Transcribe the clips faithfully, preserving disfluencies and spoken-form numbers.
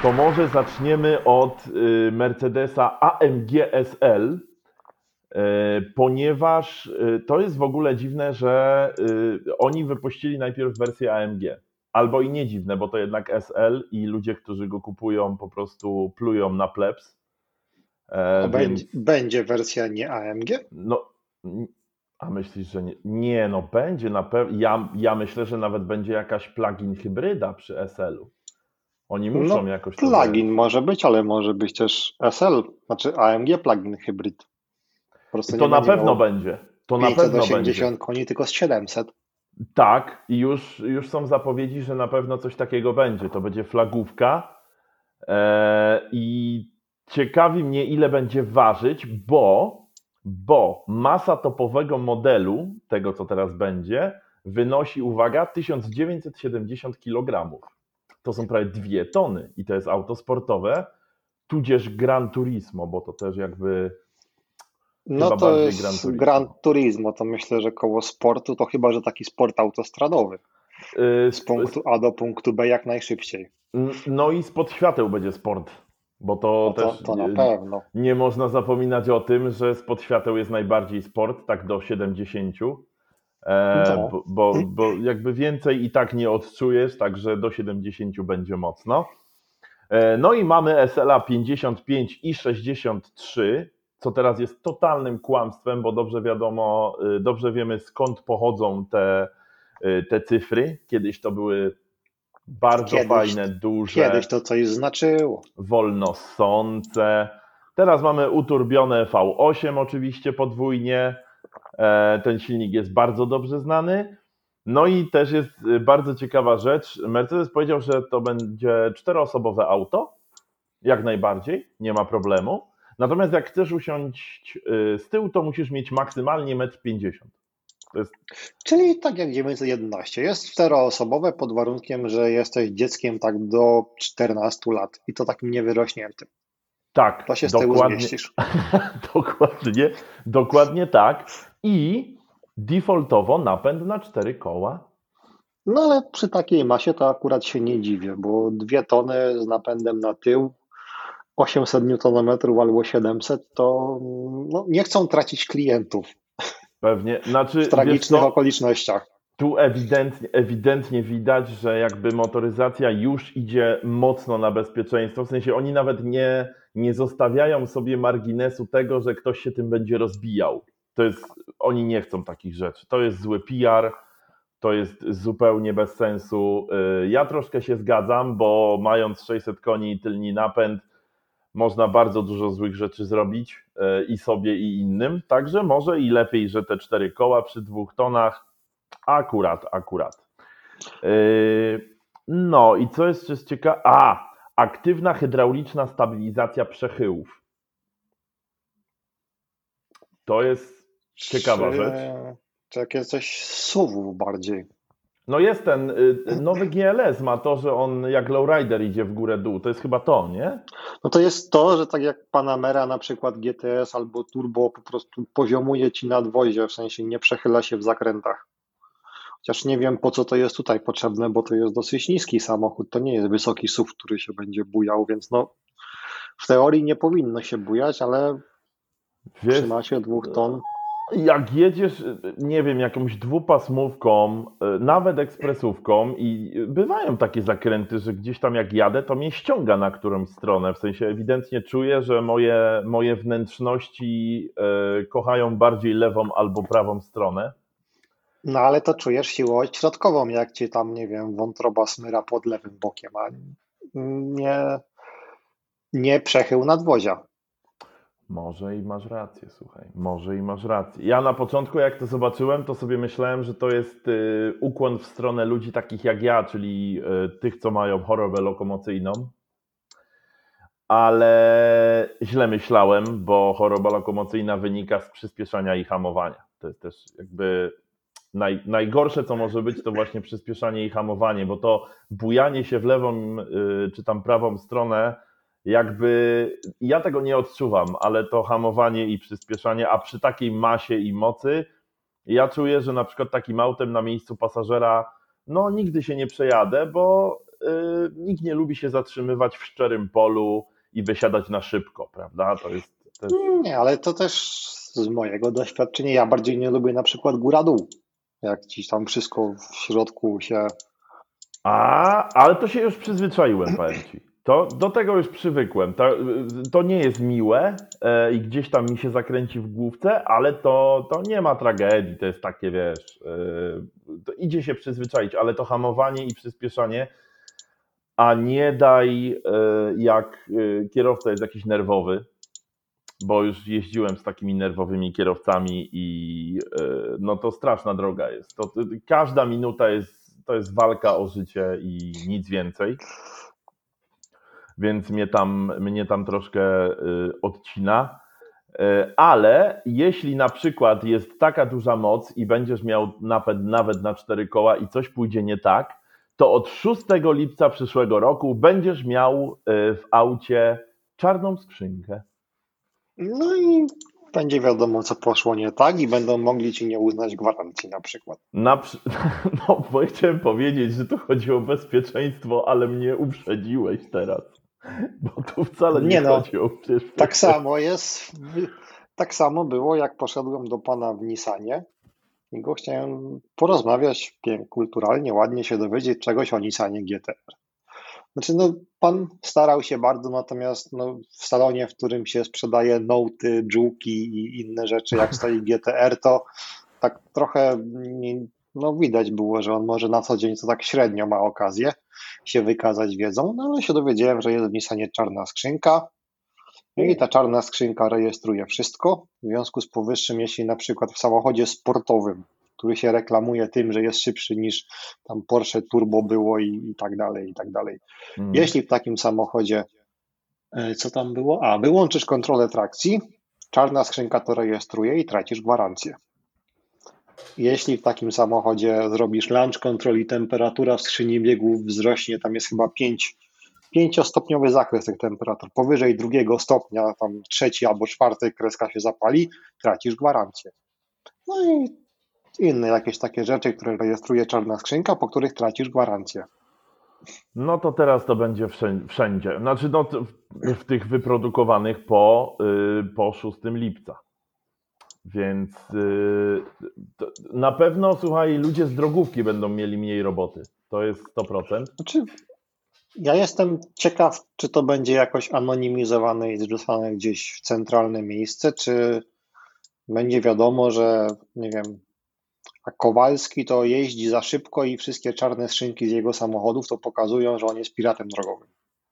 to może zaczniemy od y, Mercedesa A M G S L, y, ponieważ y, to jest w ogóle dziwne, że y, oni wypuścili najpierw wersję A M G. Albo i nie dziwne, bo to jednak S L i ludzie, którzy go kupują, po prostu plują na plebs. A E, będzie, więc będzie wersja nie A M G? no, a myślisz, że nie? Nie, no będzie na pewno. Ja, ja myślę, że nawet będzie jakaś plug-in hybryda przy S L-u. Oni muszą No, jakoś to plugin zająć. może być, ale może być też S L, znaczy A M G plugin hybrid. Po prostu To nie na będzie pewno miało będzie. To na pięćset pewno będzie. osiemdziesiąt koni, tylko z siedemset. Tak, i już, już są zapowiedzi, że na pewno coś takiego będzie. To będzie flagówka. E, I ciekawi mnie, ile będzie ważyć, bo, bo masa topowego modelu, tego co teraz będzie, wynosi, uwaga, tysiąc dziewięćset siedemdziesiąt kilogramów. To są prawie dwie tony i to jest auto sportowe, tudzież Gran Turismo, bo to też jakby No chyba to bardziej Gran jest Gran Turismo. Turismo, to myślę, że koło sportu, to chyba, że taki sport autostradowy. Y, Z sp- punktu A do punktu B jak najszybciej. No i spod świateł będzie sport, bo to No to, też to na y, pewno. nie można zapominać o tym, że spod świateł jest najbardziej sport, tak do siedemdziesięciu, e, No. bo, bo, bo jakby więcej i tak nie odczujesz, także do siedemdziesięciu będzie mocno. E, No i mamy S L A pięćdziesiąt pięć i sześćdziesiąt trzy, co teraz jest totalnym kłamstwem, bo dobrze wiadomo, y, dobrze wiemy skąd pochodzą te, y, te cyfry. Kiedyś to były bardzo Kiedyś, fajne, duże, kiedyś to coś znaczyło. wolnosące. Teraz mamy uturbione V osiem oczywiście podwójnie. E, Ten silnik jest bardzo dobrze znany. No i też jest y, bardzo ciekawa rzecz. Mercedes powiedział, że to będzie czteroosobowe auto. Jak najbardziej, nie ma problemu. Natomiast jak chcesz usiąść y, z tyłu, to musisz mieć maksymalnie metr pięćdziesiąt. To jest Czyli tak jak dziewięćset jedenaście. Jest czteroosobowe pod warunkiem, że jesteś dzieckiem tak do czternastu lat i to takim niewyrośniętym. To tak, się z tyłu dokładnie, zmieścisz. dokładnie, dokładnie tak. I defaultowo napęd na cztery koła. No ale przy takiej masie to akurat się nie dziwię, bo dwie tony z napędem na tył, osiemset niutonometrów albo siedemset, to no, nie chcą tracić klientów Pewnie, w znaczy wiesz tragicznych co, okolicznościach. tu ewidentnie, ewidentnie widać, że jakby motoryzacja już idzie mocno na bezpieczeństwo, w sensie oni nawet nie, nie zostawiają sobie marginesu tego, że ktoś się tym będzie rozbijał. To jest, oni nie chcą takich rzeczy. To jest zły P R, to jest zupełnie bez sensu. Y, Ja troszkę się zgadzam, bo mając sześćset koni i tylni napęd, można bardzo dużo złych rzeczy zrobić y, i sobie, i innym. Także może i lepiej, że te cztery koła przy dwóch tonach. Akurat, akurat. Yy, No i co jest jeszcze ciekawe? A, aktywna hydrauliczna stabilizacja przechyłów. To jest ciekawa Czy, rzecz. czy jakieś coś z suwów bardziej. No jest ten y, nowy G L S, ma to, że on jak lowrider idzie w górę dół. To jest chyba to, nie? No to jest to, że tak jak Panamera na przykład G T S albo Turbo po prostu poziomuje ci nadwozie, w sensie nie przechyla się w zakrętach. Chociaż nie wiem, po co to jest tutaj potrzebne, bo to jest dosyć niski samochód, to nie jest wysoki S U V, który się będzie bujał, więc no w teorii nie powinno się bujać, ale przy Wiesz, masie dwóch ton. jak jedziesz, nie wiem, jakąś dwupasmówką, y, nawet ekspresówką i bywają takie zakręty, że gdzieś tam jak jadę, to mnie ściąga na którąś stronę. W sensie ewidentnie czuję, że moje, moje wnętrzności y, kochają bardziej lewą albo prawą stronę. No ale to czujesz siłość środkową, jak ci tam, nie wiem, wątroba smyra pod lewym bokiem, a nie, nie przechył nadwozia. Może i masz rację, słuchaj, może i masz rację. Ja na początku, jak to zobaczyłem, to sobie myślałem, że to jest y, ukłon w stronę ludzi takich jak ja, czyli y, tych, co mają chorobę lokomocyjną. Ale źle myślałem, bo choroba lokomocyjna wynika z przyspieszania i hamowania. To jest też jakby naj, najgorsze, co może być, to właśnie przyspieszanie i hamowanie, bo to bujanie się w lewą y, czy tam prawą stronę, jakby ja tego nie odczuwam, ale to hamowanie i przyspieszanie, a przy takiej masie i mocy, ja czuję, że na przykład takim autem na miejscu pasażera, no nigdy się nie przejadę, bo yy, nikt nie lubi się zatrzymywać w szczerym polu i wysiadać na szybko, prawda? To jest też... Nie, ale to też z mojego doświadczenia, ja bardziej nie lubię na przykład góra-dół, jak ci tam wszystko w środku się... A, ale to się już przyzwyczaiłem, powiem ci. To, do tego już przywykłem. To, to nie jest miłe e, i gdzieś tam mi się zakręci w główce, ale to, to nie ma tragedii, to jest takie, wiesz, e, to idzie się przyzwyczaić, ale to hamowanie i przyspieszanie, a nie daj, e, jak e, kierowca jest jakiś nerwowy, bo już jeździłem z takimi nerwowymi kierowcami i e, no to straszna droga jest. To, to, każda minuta jest to jest walka o życie i nic więcej, więc mnie tam, mnie tam troszkę y, odcina, y, ale jeśli na przykład jest taka duża moc i będziesz miał napęd nawet na cztery koła i coś pójdzie nie tak, to od szóstego lipca przyszłego roku będziesz miał y, w aucie czarną skrzynkę. No i będzie wiadomo, co poszło nie tak i będą mogli ci nie uznać gwarancji na przykład. Na, przy- no, bo chciałem powiedzieć, że tu chodzi o bezpieczeństwo, ale mnie uprzedziłeś teraz. Bo tu wcale nie, Nie no, chodzi o przecież Tak samo jest, tak samo było, jak poszedłem do pana w Nissanie i go chciałem porozmawiać pięknie, kulturalnie, ładnie się dowiedzieć czegoś o Nissanie G T R. Znaczy, no, pan starał się bardzo, natomiast no, w salonie, w którym się sprzedaje noty, dżuki i inne rzeczy, jak stoi G T R, to tak trochę nie, no, widać było, że on może na co dzień to tak średnio ma okazję się wykazać wiedzą, no ale się dowiedziałem, że jest w Nissanie czarna skrzynka i ta czarna skrzynka rejestruje wszystko. W związku z powyższym, jeśli na przykład w samochodzie sportowym, który się reklamuje tym, że jest szybszy niż tam Porsche Turbo było i, i tak dalej, i tak dalej. Hmm. Jeśli w takim samochodzie, co tam było? A, wyłączysz kontrolę trakcji, czarna skrzynka to rejestruje i tracisz gwarancję. Jeśli w takim samochodzie zrobisz launch control i temperatura w skrzyni biegów wzrośnie, tam jest chyba pięć, pięciostopniowy zakres tych temperatur, powyżej drugiego stopnia, tam trzeci albo czwarty kreska się zapali, tracisz gwarancję. No i inne jakieś takie rzeczy, które rejestruje czarna skrzynka, po których tracisz gwarancję. No to teraz to będzie wszędzie. Znaczy no, w tych wyprodukowanych po, po szóstego lipca. Więc na pewno, słuchaj, ludzie z drogówki będą mieli mniej roboty. To jest sto procent. Znaczy, ja jestem ciekaw, czy to będzie jakoś anonimizowane i zrzucane gdzieś w centralne miejsce, czy będzie wiadomo, że nie wiem, a Kowalski to jeździ za szybko i wszystkie czarne skrzynki z jego samochodów to pokazują, że on jest piratem drogowym.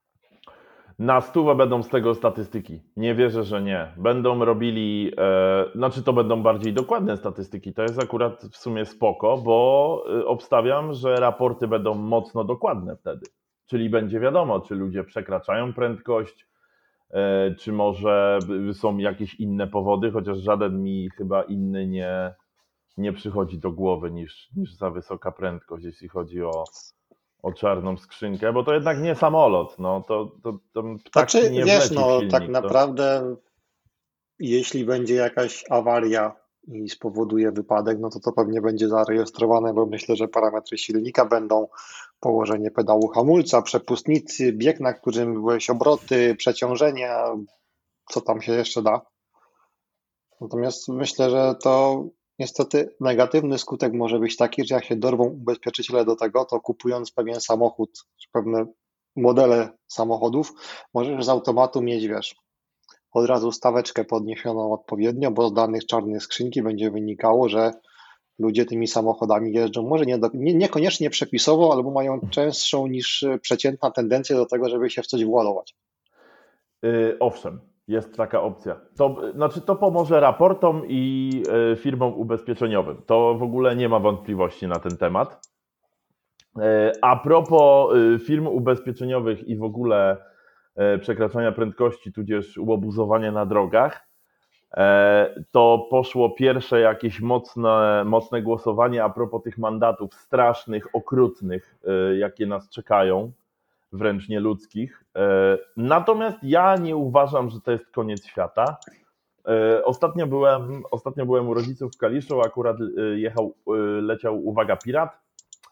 Na stówę będą z tego statystyki. Nie wierzę, że nie. Będą robili, e, znaczy to będą bardziej dokładne statystyki. To jest akurat w sumie spoko, bo obstawiam, że raporty będą mocno dokładne wtedy. Czyli będzie wiadomo, czy ludzie przekraczają prędkość, e, czy może są jakieś inne powody, chociaż żaden mi chyba inny nie, nie przychodzi do głowy niż, niż za wysoka prędkość, jeśli chodzi o o czarną skrzynkę, bo to jednak nie samolot, no to, to, to ptak znaczy, nie wiesz, no silnik, tak to... naprawdę jeśli będzie jakaś awaria i spowoduje wypadek, no to to pewnie będzie zarejestrowane, bo myślę, że parametry silnika będą położenie pedału hamulca, przepustnicy, bieg, na którym byłeś, obroty, przeciążenia, co tam się jeszcze da. Natomiast myślę, że to niestety negatywny skutek może być taki, że jak się dorwą ubezpieczyciele do tego, to kupując pewien samochód, czy pewne modele samochodów, możesz z automatu mieć, wiesz, od razu staweczkę podniesioną odpowiednio, bo z danych czarnej skrzynki będzie wynikało, że ludzie tymi samochodami jeżdżą może nie do, nie, niekoniecznie przepisowo, albo mają częstszą niż przeciętna tendencję do tego, żeby się w coś władować. Yy, owszem, jest taka opcja. To, znaczy to pomoże raportom i y, firmom ubezpieczeniowym. To w ogóle nie ma wątpliwości na ten temat. Y, a propos y, firm ubezpieczeniowych i w ogóle y, przekraczania prędkości, tudzież łobuzowania na drogach, y, to poszło pierwsze jakieś mocne, mocne głosowanie a propos tych mandatów strasznych, okrutnych, y, jakie nas czekają, wręcz nieludzkich. Natomiast ja nie uważam, że to jest koniec świata. Ostatnio byłem, ostatnio byłem u rodziców w Kaliszu, akurat jechał, leciał, uwaga, Pirat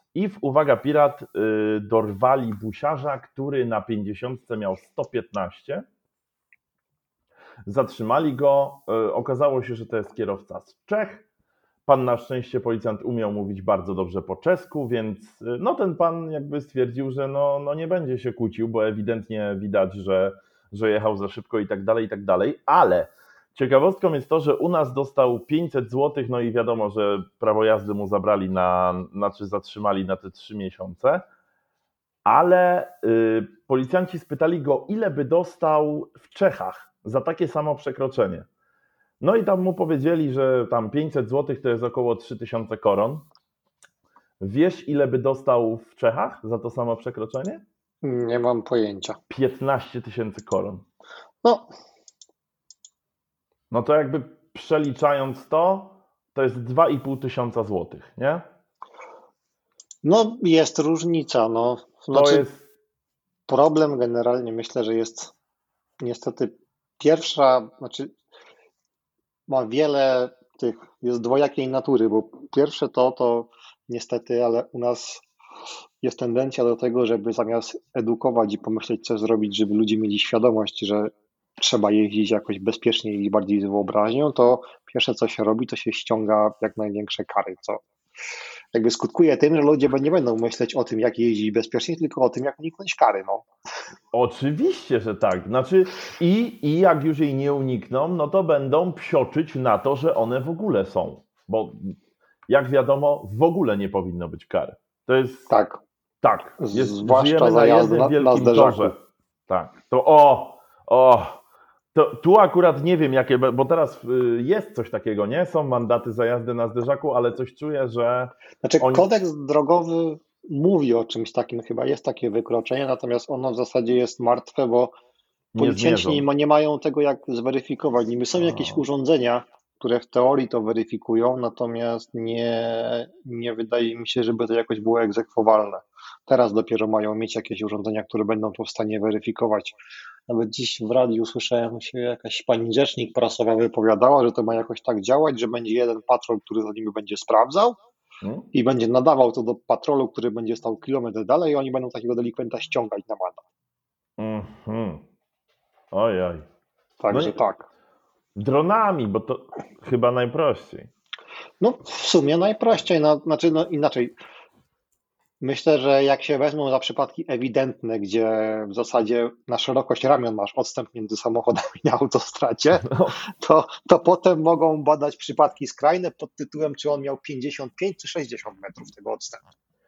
I w, uwaga, pirat, y, dorwali busiarza, który na pięćdziesiątce miał sto piętnaście. Zatrzymali go, y, okazało się, że to jest kierowca z Czech. Pan na szczęście, policjant, umiał mówić bardzo dobrze po czesku, więc y, no ten pan jakby stwierdził, że no, no nie będzie się kłócił, bo ewidentnie widać, że, że jechał za szybko i tak dalej, i tak dalej, ale ciekawostką jest to, że u nas dostał pięćset złotych, no i wiadomo, że prawo jazdy mu zabrali na, znaczy zatrzymali na te trzy miesiące, ale y, policjanci spytali go, ile by dostał w Czechach za takie samo przekroczenie. No i tam mu powiedzieli, że tam pięćset złotych to jest około trzy tysiące koron. Wiesz, ile by dostał w Czechach za to samo przekroczenie? Nie mam pojęcia. piętnaście tysięcy koron. No, No to jakby przeliczając to, to jest dwa i pół tysiąca złotych, nie? no jest różnica. No. To Znaczy, jest... problem generalnie myślę, że jest niestety pierwsza, znaczy ma wiele tych, jest dwojakiej natury, bo pierwsze to, to niestety, ale u nas jest tendencja do tego, żeby zamiast edukować i pomyśleć, co zrobić, żeby ludzie mieli świadomość, że trzeba jeździć jakoś bezpieczniej i bardziej z wyobraźnią, to pierwsze, co się robi, to się ściąga jak największe kary, co jakby skutkuje tym, że ludzie nie będą myśleć o tym, jak jeździć bezpiecznie, tylko o tym, jak uniknąć kary. No. Oczywiście, że tak. Znaczy i, i jak już jej nie unikną, no to będą psioczyć na to, że one w ogóle są. Bo jak wiadomo, w ogóle nie powinno być kary. To jest... Tak. Tak. Jest, Zwłaszcza żyjemy za na jazdę jednym na- na wielkim zderzaku. torze. Tak. To o, o, to tu akurat nie wiem jakie, bo teraz y, jest coś takiego, nie? Są mandaty za jazdę na zderzaku, ale coś czuję, że Znaczy, Oni- kodeks drogowy mówi o czymś takim, chyba jest takie wykroczenie, natomiast ono w zasadzie jest martwe, bo nie policjanci zmierzą. nie, ma- nie mają tego jak zweryfikować. Niby są A. jakieś urządzenia, które w teorii to weryfikują, natomiast nie, nie wydaje mi się, żeby to jakoś było egzekwowalne. Teraz dopiero mają mieć jakieś urządzenia, które będą to w stanie weryfikować. Nawet dziś w radiu słyszałem się, jakaś pani rzecznik prasowa wypowiadała, że to ma jakoś tak działać, że będzie jeden patrol, który za nimi będzie sprawdzał, Hmm? i będzie nadawał to do patrolu, który będzie stał kilometr dalej i oni będą takiego delikwenta ściągać na mandat. Mhm. Ojej. Także No i- tak. Dronami, bo to chyba najprościej. No w sumie najprościej, no, znaczy no inaczej. Myślę, że jak się wezmą za przypadki ewidentne, gdzie w zasadzie na szerokość ramion masz odstęp między samochodami na autostradzie, No. to, to potem mogą badać przypadki skrajne pod tytułem, czy on miał pięćdziesiąt pięć czy sześćdziesiąt metrów tego odstępu.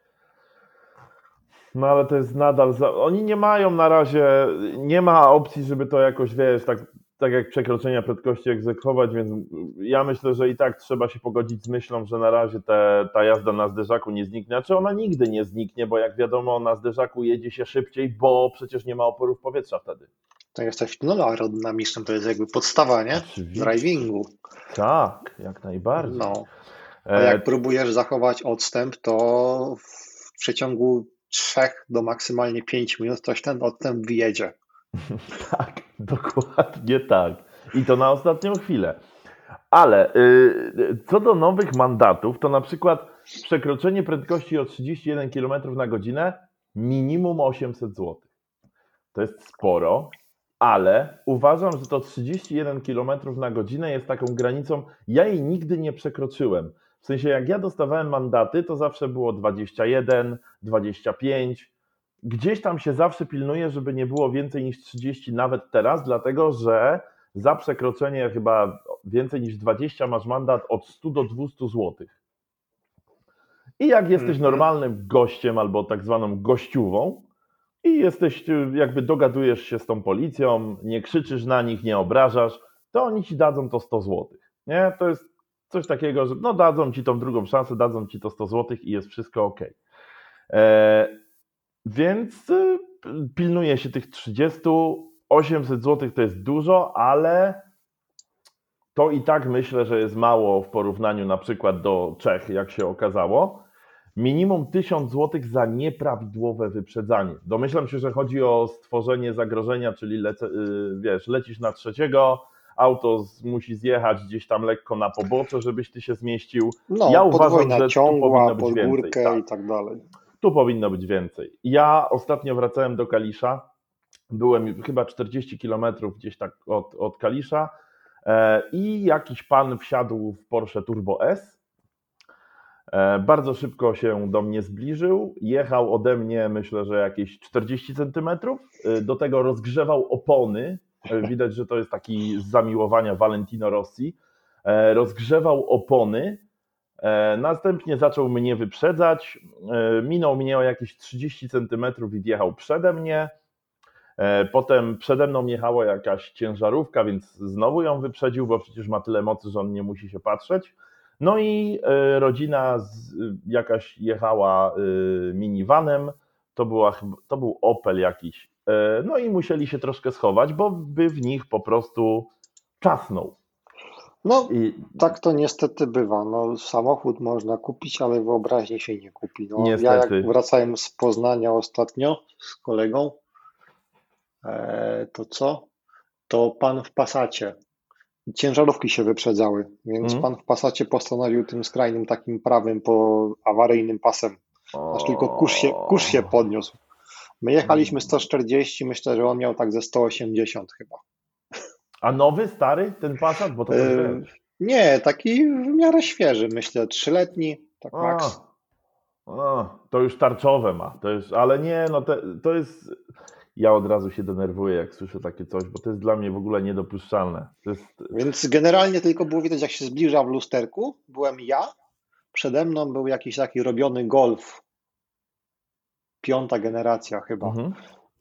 No ale to jest nadal, za... oni nie mają na razie, nie ma opcji, żeby to jakoś, wiesz, tak, tak jak przekroczenia prędkości egzekwować, więc ja myślę, że i tak trzeba się pogodzić z myślą, że na razie te, ta jazda na zderzaku nie zniknie, znaczy ona nigdy nie zniknie, bo jak wiadomo na zderzaku jedzie się szybciej, bo przecież nie ma oporów powietrza wtedy. To jesteś no, aerodynamicznym, to jest jakby podstawa, nie? Oczywiście. Drivingu. Tak, jak najbardziej. No. A E, jak próbujesz zachować odstęp, to w przeciągu trzech do maksymalnie pięciu minut ktoś ten odstęp wyjedzie. Tak, dokładnie tak. I to na ostatnią chwilę. Ale y, co do nowych mandatów, to na przykład przekroczenie prędkości o trzydzieści jeden kilometrów na godzinę minimum osiemset złotych. To jest sporo, ale uważam, że to trzydzieści jeden kilometrów na godzinę jest taką granicą, ja jej nigdy nie przekroczyłem. W sensie jak ja dostawałem mandaty, to zawsze było dwadzieścia jeden, dwadzieścia pięć. Gdzieś tam się zawsze pilnuje, żeby nie było więcej niż trzydzieści nawet teraz, dlatego że za przekroczenie chyba więcej niż dwadzieścia masz mandat od stu do dwustu złotych. I jak jesteś Mhm. normalnym gościem albo tak zwaną gościuwą i jesteś, jakby dogadujesz się z tą policją, nie krzyczysz na nich, nie obrażasz, to oni ci dadzą to sto złotych. Nie? To jest coś takiego, że no dadzą ci tą drugą szansę, dadzą ci to sto złotych i jest wszystko ok. Eee, Więc y, pilnuje się tych trzydziestu, osiemset złotych to jest dużo, ale to i tak myślę, że jest mało w porównaniu na przykład do Czech, jak się okazało. Minimum tysiąc złotych za nieprawidłowe wyprzedzanie. Domyślam się, że chodzi o stworzenie zagrożenia, czyli lece, y, wiesz, lecisz na trzeciego, auto z, musi zjechać gdzieś tam lekko na pobocze, żebyś ty się zmieścił. No, Ja uważam, podwójna że tu ciągła, powinno być pod więcej. górkę Tak, i tak dalej. tu powinno być więcej. Ja ostatnio wracałem do Kalisza, byłem chyba czterdzieści kilometrów gdzieś tak od, od Kalisza e, i jakiś pan wsiadł w Porsche Turbo S. E, bardzo szybko się do mnie zbliżył, jechał ode mnie myślę, że jakieś czterdzieści centymetrów, e, do tego rozgrzewał opony, e, widać, że to jest taki z zamiłowania Valentino Rossi, e, rozgrzewał opony, e, następnie zaczął mnie wyprzedzać, e, minął mnie o jakieś trzydzieści centymetrów i wjechał przede mnie, e, potem przede mną jechała jakaś ciężarówka, więc znowu ją wyprzedził, bo przecież ma tyle mocy, że on nie musi się patrzeć. No i e, rodzina z, jakaś jechała e, minivanem, to, była, chyba- to był Opel jakiś, e, no i musieli się troszkę schować, bo by w nich po prostu czasnął. No, I tak to niestety bywa. No, samochód można kupić, ale wyobraźni się nie kupi. No, ja jak niestety, wracałem z Poznania ostatnio z kolegą, e, to co? To pan w Passacie. Ciężarówki się wyprzedzały, więc mm, pan w Passacie postanowił tym skrajnym takim prawym po awaryjnym pasem, aż tylko kurz się, kurz się o, podniósł. My jechaliśmy sto czterdzieści, myślę, że on miał tak ze sto osiemdziesiąt chyba. a nowy, stary, ten Passat, bo to też Yy, wiesz. Nie, taki w miarę świeży, myślę, trzyletni, tak A, max. a, to już tarczowe ma, to już, ale nie, no te, to jest, ja od razu się denerwuję, jak słyszę takie coś, bo to jest dla mnie w ogóle niedopuszczalne. To jest, Więc generalnie tylko było widać, jak się zbliża w lusterku. Byłem ja, przede mną był jakiś taki robiony Golf, piąta generacja chyba. mhm,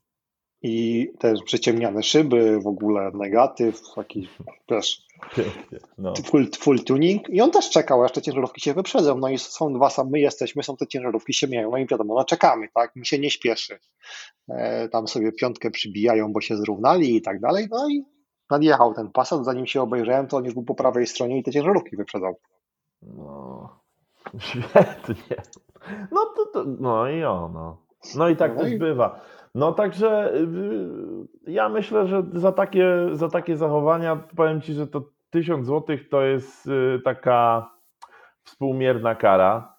I też przyciemniane szyby, w ogóle negatyw, taki też pięknie, no. full, full tuning. I on też czekał, aż te ciężarówki się wyprzedzą. No i są dwa, sam my jesteśmy, są te ciężarówki się mijają. No i wiadomo, no czekamy, tak, mi się nie śpieszy. E, tam sobie piątkę przybijają, bo się zrównali i tak dalej. No i nadjechał ten Passat, zanim się obejrzałem, to on już był po prawej stronie i te ciężarówki wyprzedzał. No, świetnie. No to, to no i ono. No i tak No też i bywa. No także y, ja myślę, że za takie, za takie zachowania powiem Ci, że to tysiąc złotych to jest y, taka współmierna kara.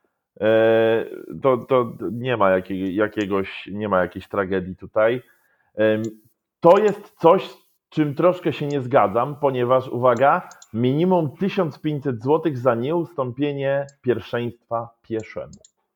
E, To, to nie ma jakiej, jakiegoś, nie ma jakiejś tragedii tutaj. Em, To jest coś, z czym troszkę się nie zgadzam, ponieważ uwaga, minimum tysiąc pięćset złotych za nieustąpienie pierwszeństwa pieszemu.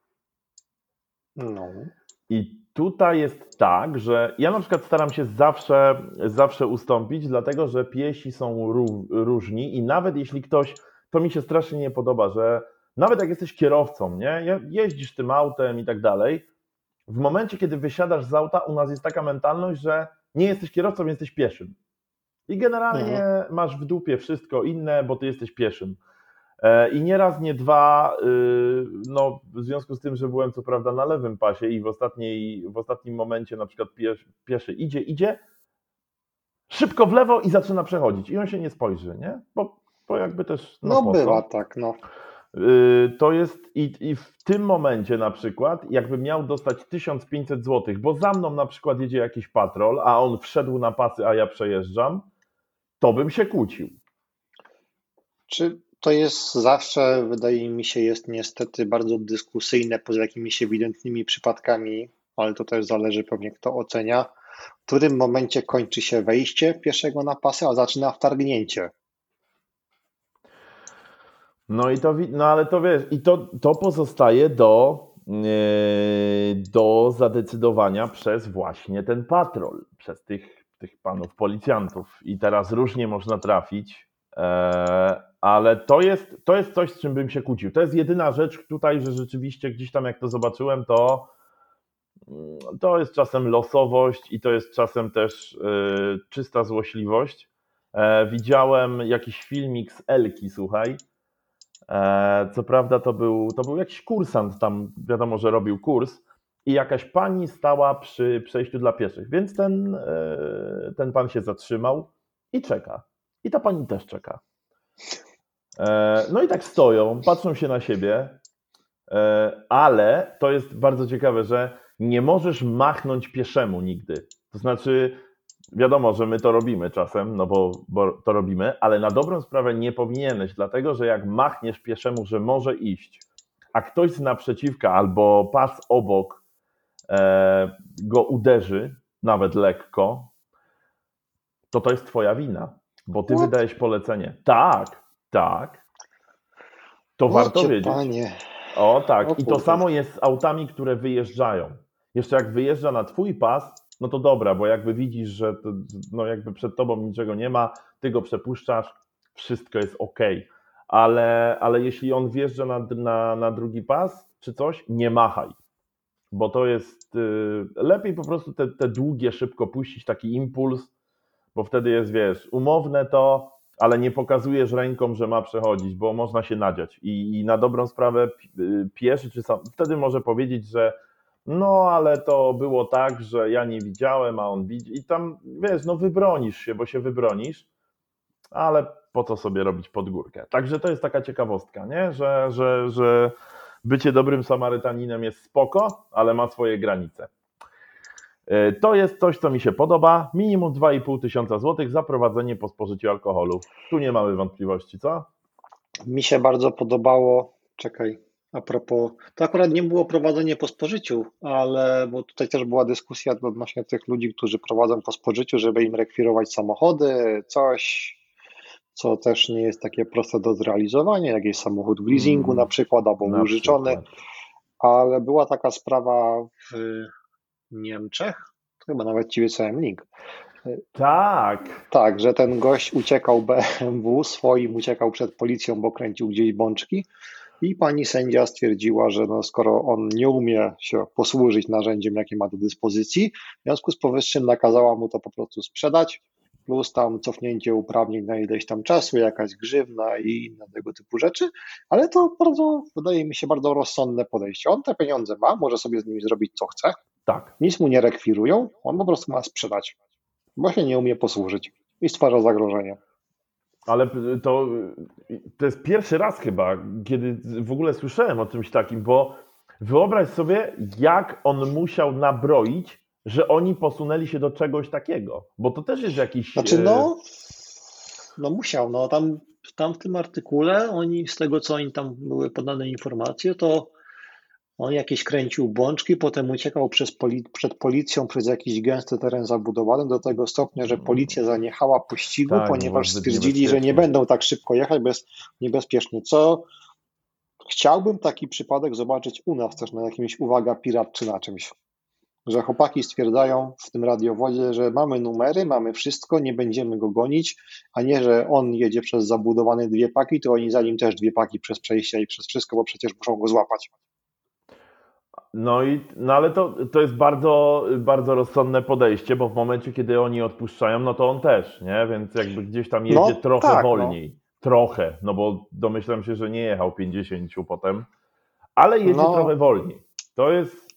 no, I tutaj jest tak, że ja na przykład staram się zawsze, zawsze ustąpić, dlatego że piesi są ró- różni i nawet jeśli ktoś, to mi się strasznie nie podoba, że nawet jak jesteś kierowcą, nie, Je- jeździsz tym autem i tak dalej, w momencie, kiedy wysiadasz z auta, u nas jest taka mentalność, że nie jesteś kierowcą, jesteś pieszym. I generalnie mhm. masz w dupie wszystko inne, bo ty jesteś pieszym. E, I nie raz, nie dwa, y, no w związku z tym, że byłem co prawda na lewym pasie i w ostatniej, w ostatnim momencie na przykład piesz, pieszy idzie, idzie, szybko w lewo i zaczyna przechodzić i on się nie spojrzy, nie? Bo, bo jakby też, no No po bywa co? tak, no. Y, To jest i, i w tym momencie na przykład, jakby miał dostać tysiąc pięćset złotych, bo za mną na przykład jedzie jakiś patrol, a on wszedł na pasy, a ja przejeżdżam, to bym się kłócił. Czy to jest zawsze, wydaje mi się, jest niestety bardzo dyskusyjne poza jakimiś ewidentnymi przypadkami, ale to też zależy pewnie kto ocenia, w którym momencie kończy się wejście pieszego na pasy, a zaczyna wtargnięcie. No i to, wi- no ale to wiesz, i to, to pozostaje do, yy, do zadecydowania przez właśnie ten patrol, przez tych, tych panów policjantów. I teraz różnie można trafić, e, ale to jest, to jest coś, z czym bym się kłócił. To jest jedyna rzecz tutaj, że rzeczywiście gdzieś tam jak to zobaczyłem, to mm, to jest czasem losowość i to jest czasem też yy, czysta złośliwość. E, widziałem jakiś filmik z Elki, słuchaj. E, Co prawda to był, to był jakiś kursant tam, wiadomo, że robił kurs i jakaś pani stała przy przejściu dla pieszych, więc ten, e, ten pan się zatrzymał i czeka. I ta pani też czeka. E, No i tak stoją, patrzą się na siebie, e, ale to jest bardzo ciekawe, że nie możesz machnąć pieszemu nigdy. To znaczy, wiadomo, że my to robimy czasem, no bo, bo to robimy, ale na dobrą sprawę nie powinieneś, dlatego że jak machniesz pieszemu, że może iść, a ktoś z naprzeciwka albo pas obok e, go uderzy, nawet lekko, to to jest twoja wina, bo ty What? wydajesz polecenie. Tak, tak, to warto Ocie, wiedzieć. panie. O tak, O i to kurde. samo jest z autami, które wyjeżdżają. Jeszcze jak wyjeżdża na twój pas, no to dobra, bo jakby widzisz, że to, no jakby przed tobą niczego nie ma, ty go przepuszczasz, wszystko jest ok. Ale, ale jeśli on wjeżdża na, na, na drugi pas czy coś, nie machaj. Bo to jest y, lepiej po prostu te, te długie szybko puścić, taki impuls, bo wtedy jest, wiesz, umowne to, ale nie pokazujesz ręką, że ma przechodzić, bo można się nadziać. I, i na dobrą sprawę y, pieszy, czy sam, wtedy może powiedzieć, że no, ale to było tak, że ja nie widziałem, a on widzi. I tam, wiesz, no wybronisz się, bo się wybronisz, ale po co sobie robić podgórkę? Także to jest taka ciekawostka, nie? Że, że, że bycie dobrym Samarytaninem jest spoko, ale ma swoje granice. To jest coś, co mi się podoba. Minimum dwa i pół tysiąca złotych za prowadzenie po spożyciu alkoholu. Tu nie mamy wątpliwości, co? Mi się bardzo podobało, czekaj, a propos, to akurat nie było prowadzenie po spożyciu, ale bo tutaj też była dyskusja odnośnie tych ludzi, którzy prowadzą po spożyciu, żeby im rekwirować samochody, coś, co też nie jest takie proste do zrealizowania, jak jest samochód w leasingu Mm, na przykład, albo na użyczony, przykład. ale była taka sprawa w Niemczech, to chyba nawet ci wysłałem link. Tak. Tak, że ten gość uciekał B M W swoim, uciekał przed policją, bo kręcił gdzieś bączki i pani sędzia stwierdziła, że no skoro on nie umie się posłużyć narzędziem, jakie ma do dyspozycji, w związku z powyższym nakazała mu to po prostu sprzedać, plus tam cofnięcie uprawnień na ileś tam czasu, jakaś grzywna i inne tego typu rzeczy, ale to bardzo, wydaje mi się, bardzo rozsądne podejście. On te pieniądze ma, może sobie z nimi zrobić co chce, Tak. nic mu nie rekwirują, on po prostu ma sprzedać, bo się nie umie posłużyć i stwarza zagrożenie. Ale to, to jest pierwszy raz chyba, kiedy w ogóle słyszałem o czymś takim, bo wyobraź sobie, jak on musiał nabroić, że oni posunęli się do czegoś takiego, bo to też jest jakiś... Znaczy no, no musiał, no tam, tam w tym artykule oni, z tego co oni tam były podane informacje, to on jakieś kręcił bączki, potem uciekał przez poli- przed policją przez jakiś gęsty teren zabudowany do tego stopnia, że policja zaniechała pościgu, Tak, było ponieważ zbyt stwierdzili, że nie niebezpiecznie. będą tak szybko jechać bez niebezpiecznie. Co chciałbym taki przypadek zobaczyć u nas też na jakimś, uwaga, pirat czy na czymś. Że chłopaki stwierdzają w tym radiowodzie, że mamy numery, mamy wszystko, nie będziemy go gonić, a nie, że on jedzie przez zabudowane dwie paki, to oni za nim też dwie paki przez przejścia i przez wszystko, bo przecież muszą go złapać. No i, no ale to, to jest bardzo, bardzo rozsądne podejście, bo w momencie, kiedy oni odpuszczają, no to on też, nie? Więc jakby gdzieś tam jedzie No, trochę tak, no. wolniej. Trochę, no bo domyślam się, że nie jechał pięćdziesiąt potem, ale jedzie No. trochę wolniej. To jest...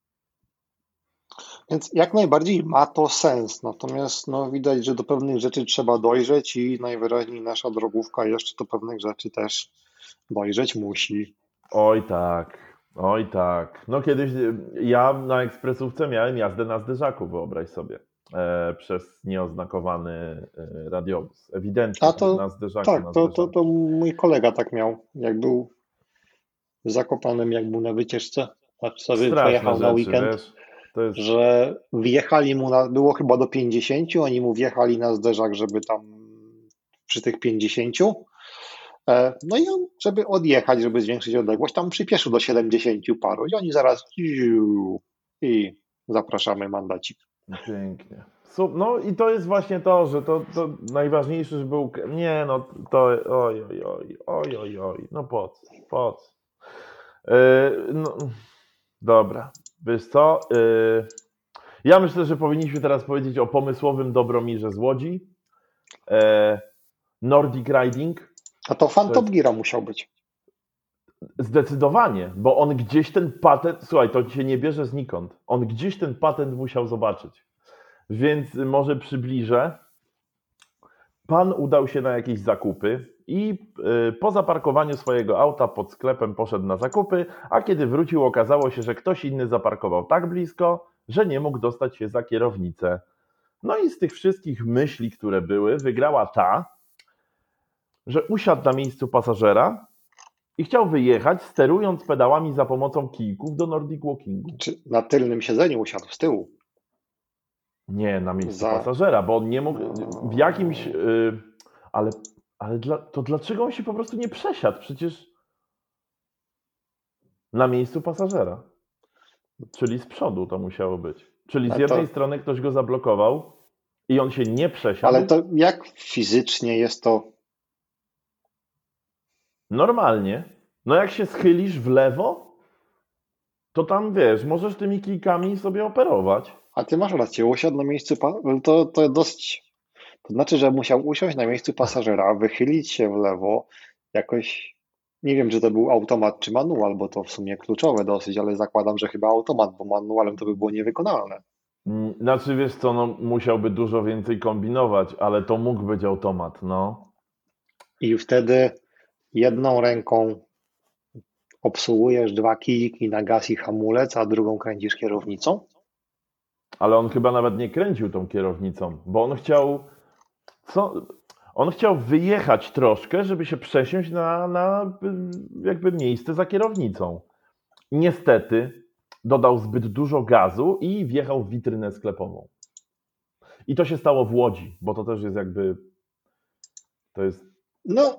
Więc jak najbardziej ma to sens, natomiast no, widać, że do pewnych rzeczy trzeba dojrzeć i najwyraźniej nasza drogówka jeszcze do pewnych rzeczy też dojrzeć musi. Oj tak, oj tak. No kiedyś ja na ekspresówce miałem jazdę na zderzaku, wyobraź sobie, e, przez nieoznakowany e, radiowóz. Ewidentnie A to na zderzaku, tak, na to, zderzaku. to, to mój kolega tak miał, jak był w Zakopanem, jak był na wycieczce, tak sobie Straszne pojechał rzeczy, na weekend, wiesz, to jest... że wjechali mu, na, było chyba do pięćdziesięciu, oni mu wjechali na zderzak, żeby tam przy tych pięćdziesięciu, e, no i on, żeby odjechać, żeby zwiększyć odległość, tam przyspieszył do siedemdziesięciu paru i oni zaraz i zapraszamy, mandacik. Pięknie. Sup- No i to jest właśnie to, że to, to najważniejsze, że był... Nie, no to... Oj, oj, oj, oj, oj, oj. No po co? Po co? Yy, no, dobra. Wiesz co? Yy, ja myślę, że powinniśmy teraz powiedzieć o pomysłowym Dobromirze z Łodzi. Yy, Nordic Riding. A to fan To Top jest- Geara musiał być. Zdecydowanie, bo on gdzieś ten patent, słuchaj, to się nie bierze znikąd. On gdzieś ten patent musiał zobaczyć. Więc może przybliżę. Pan udał się na jakieś zakupy i y, po zaparkowaniu swojego auta pod sklepem poszedł na zakupy, a kiedy wrócił, okazało się, że ktoś inny zaparkował tak blisko, że nie mógł dostać się za kierownicę. No i z tych wszystkich myśli, które były, wygrała ta, że usiadł na miejscu pasażera i chciał wyjechać, sterując pedałami za pomocą kijków do Nordic Walkingu. Czy na tylnym siedzeniu usiadł z tyłu? Nie, na miejscu Za- pasażera, bo on nie mógł w jakimś... Yy, ale ale dla, to dlaczego on się po prostu nie przesiadł? Przecież na miejscu pasażera. Czyli z przodu to musiało być. Czyli z A to- jednej strony ktoś go zablokował i on się nie przesiadł. Ale to jak fizycznie jest to? Normalnie. No jak się schylisz w lewo, to tam wiesz, możesz tymi kijkami sobie operować. A ty masz rację, usiadł na miejscu. Pa... To, to dosyć. To znaczy, że musiał usiąść na miejscu pasażera, wychylić się w lewo, jakoś. Nie wiem, czy to był automat czy manual, bo to w sumie kluczowe dosyć, ale zakładam, że chyba automat, bo manualem to by było niewykonalne. Mm, Znaczy wiesz co, no musiałby dużo więcej kombinować, ale to mógł być automat, no. I wtedy jedną ręką obsługujesz dwa kijki na gaz i hamulec, a drugą kręcisz kierownicą? Ale on chyba nawet nie kręcił tą kierownicą, bo on chciał... Co? On chciał wyjechać troszkę, żeby się przesiąść na, na y, jakby miejsce za kierownicą. Niestety dodał zbyt dużo gazu i wjechał w witrynę sklepową. I to się stało w Łodzi, bo to też jest jakby... To jest... No,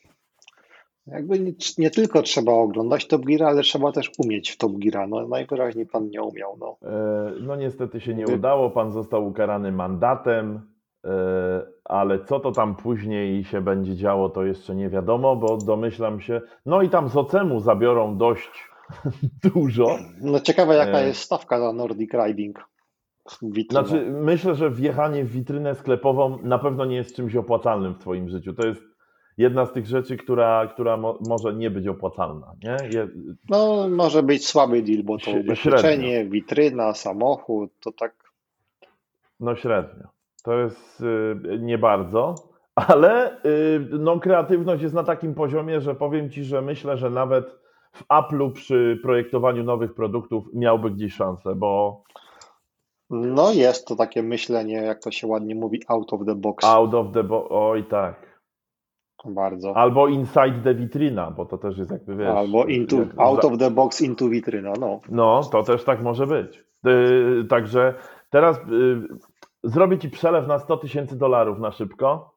jakby nie, nie tylko trzeba oglądać Top Gear, ale trzeba też umieć w Top Geara. No, najwyraźniej pan nie umiał. No. e, No niestety się nie Wy- udało, pan został ukarany mandatem, e, ale co to tam później się będzie działo, to jeszcze nie wiadomo, bo domyślam się... No i tam z Ocemu zabiorą dość dużo. No ciekawe, jaka E. jest stawka za Nordic Riding. Witrynę. Znaczy, myślę, że wjechanie w witrynę sklepową na pewno nie jest czymś opłacalnym w twoim życiu. To jest jedna z tych rzeczy, która, która mo- może nie być opłacalna. Nie? Je, No, może być słaby deal, bo to Średnio. ubezpieczenie, witryna, samochód, to tak. no średnio. To jest y, nie bardzo, ale y, no, kreatywność jest na takim poziomie, że powiem ci, że myślę, że nawet w Apple'u przy projektowaniu nowych produktów miałby gdzieś szansę, bo No, jest to takie myślenie, jak to się ładnie mówi, out of the box. out of the box, oj tak. Bardzo. Albo inside the vitrina, bo to też jest jakby, wiesz... Albo into, jak- out za- of the box into witryna. No. No, to też tak może być. Yy, także teraz yy, zrobię ci przelew na sto tysięcy dolarów na szybko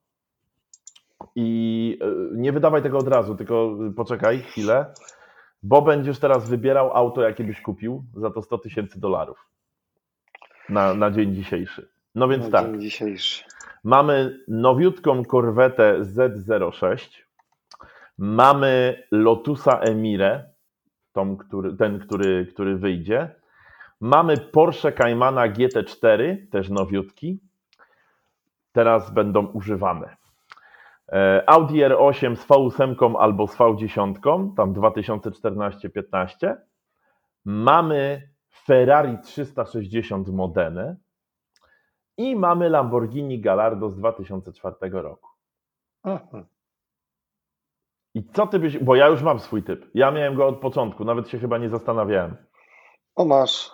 i yy, nie wydawaj tego od razu, tylko poczekaj chwilę, bo będziesz teraz wybierał auto, jakie byś kupił za to sto tysięcy dolarów na, na dzień dzisiejszy. No więc Na tak, dzień dzisiejszy. mamy nowiutką korwetę Z zero sześć, mamy Lotusa Emire, tą, który, ten, który, który wyjdzie. Mamy Porsche Caymana G T cztery, też nowiutki. Teraz będą używane. E, Audi R osiem z V osiem albo z V dziesięć, tam dwa tysiące czternaście piętnaście. Mamy Ferrari trzysta sześćdziesiąt Modene i mamy Lamborghini Gallardo z dwa tysiące czwartego roku. Mhm. I co ty byś... Bo ja już mam swój typ. Ja miałem go od początku, nawet się chyba nie zastanawiałem. O, masz.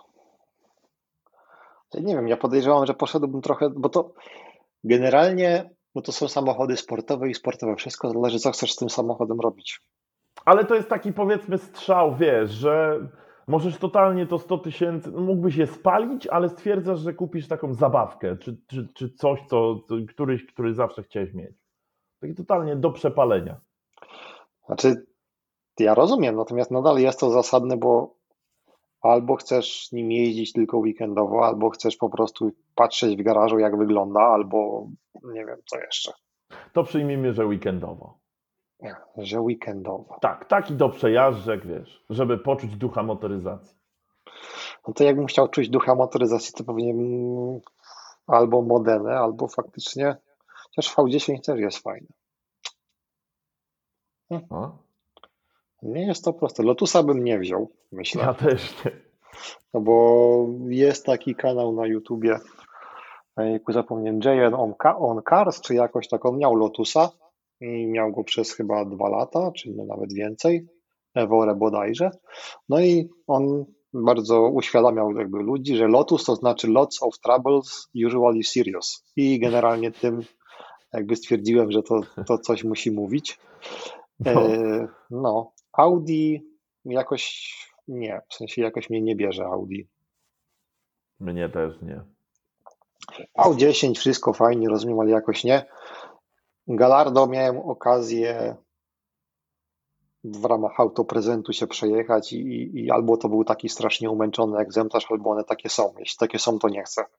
Ja nie wiem, ja podejrzewam, że poszedłbym trochę, bo to generalnie, bo to są samochody sportowe i sportowe. Wszystko zależy, co chcesz z tym samochodem robić. Ale to jest taki, powiedzmy, strzał, wiesz, że możesz totalnie to sto tysięcy, no mógłbyś je spalić, ale stwierdzasz, że kupisz taką zabawkę, czy, czy, czy coś, co, co któryś, który zawsze chciałeś mieć. Taki totalnie do przepalenia. Znaczy, ja rozumiem, natomiast nadal jest to zasadne, bo albo chcesz nim jeździć tylko weekendowo, albo chcesz po prostu patrzeć w garażu, jak wygląda, albo nie wiem, co jeszcze. To przyjmijmy, że weekendowo. Nie, że weekendowo. Tak, taki do przejażdżek, wiesz, żeby poczuć ducha motoryzacji. No to jakbym chciał czuć ducha motoryzacji, to pewnie mm, albo Modenę, albo faktycznie, chociaż V dziesięć też jest fajny. No? Nie jest to proste. Lotusa bym nie wziął, myślę. Ja też nie. No bo jest taki kanał na YouTubie, jejku, zapomniałem, Jay on, Ca- on Cars, czy jakoś tak, on miał Lotusa i miał go przez chyba dwa lata, czy nawet więcej, Evore bodajże. No i on bardzo uświadamiał jakby ludzi, że Lotus to znaczy lots of troubles, usually serious. I generalnie tym jakby stwierdziłem, że to, to coś musi mówić. E, No, no, Audi jakoś nie, w sensie jakoś mnie nie bierze Audi. mnie też nie. A dziesięć wszystko fajnie, rozumiem, ale jakoś nie. Gallardo miałem okazję w ramach autoprezentu się przejechać i, i albo to był taki strasznie umęczony egzemplarz, albo one takie są. Jeśli takie są, to nie chcę.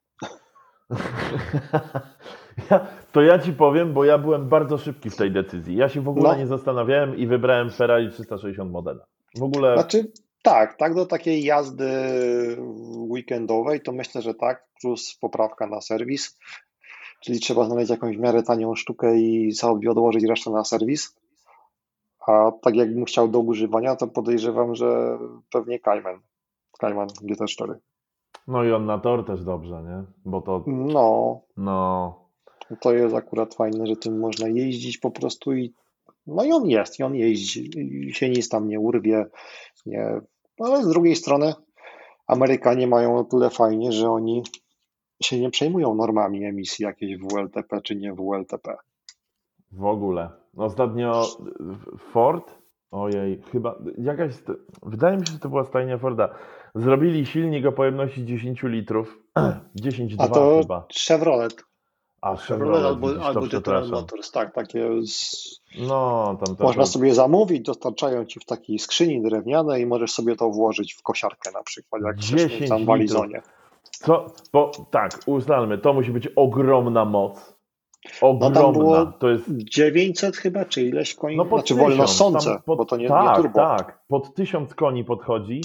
Ja, to ja ci powiem, bo ja byłem bardzo szybki w tej decyzji. Ja się w ogóle No, nie zastanawiałem i wybrałem Ferrari trzysta sześćdziesiąt Modena. W ogóle, znaczy tak, tak do takiej jazdy weekendowej to myślę, że tak, plus poprawka na serwis, czyli trzeba znaleźć jakąś w miarę tanią sztukę i sobie odłożyć resztę na serwis. A tak jakbym chciał do używania, to podejrzewam, że pewnie Cayman. Cayman G T cztery. no i on na tor też dobrze, nie? Bo to, No, no, to jest akurat fajne, że tym można jeździć po prostu i no i on jest, i on jeździ, i się nic tam nie urwie, nie. No, ale z drugiej strony Amerykanie mają o tyle fajnie, że oni się nie przejmują normami emisji jakiejś W L T P czy nie W L T P. w ogóle. Ostatnio Ford, ojej, chyba jakaś, wydaje mi się, że to była stajnia Forda. Zrobili silnik o pojemności dziesięć litrów, dziesięć A dwa to chyba. Chevrolet. A Chevrolet Chevrolet, albo, widzisz, to albo General przepraszam. Motors, tak, takie z... No, tam to, Można to, sobie zamówić, dostarczają ci w takiej skrzyni drewnianej i możesz sobie to włożyć w kosiarkę na przykład, jak chcesz mieć tam dziesięć w litrów. Alizonie. Co? Bo tak, ustalmy, to musi być ogromna moc. No Ogromna. tam było To jest. dziewięćset chyba, czy ileś koni, No pod znaczy tysiąc, wolnosące, tam pod, bo to nie, tak, nie turbo. tak, pod tysiąc koni podchodzi.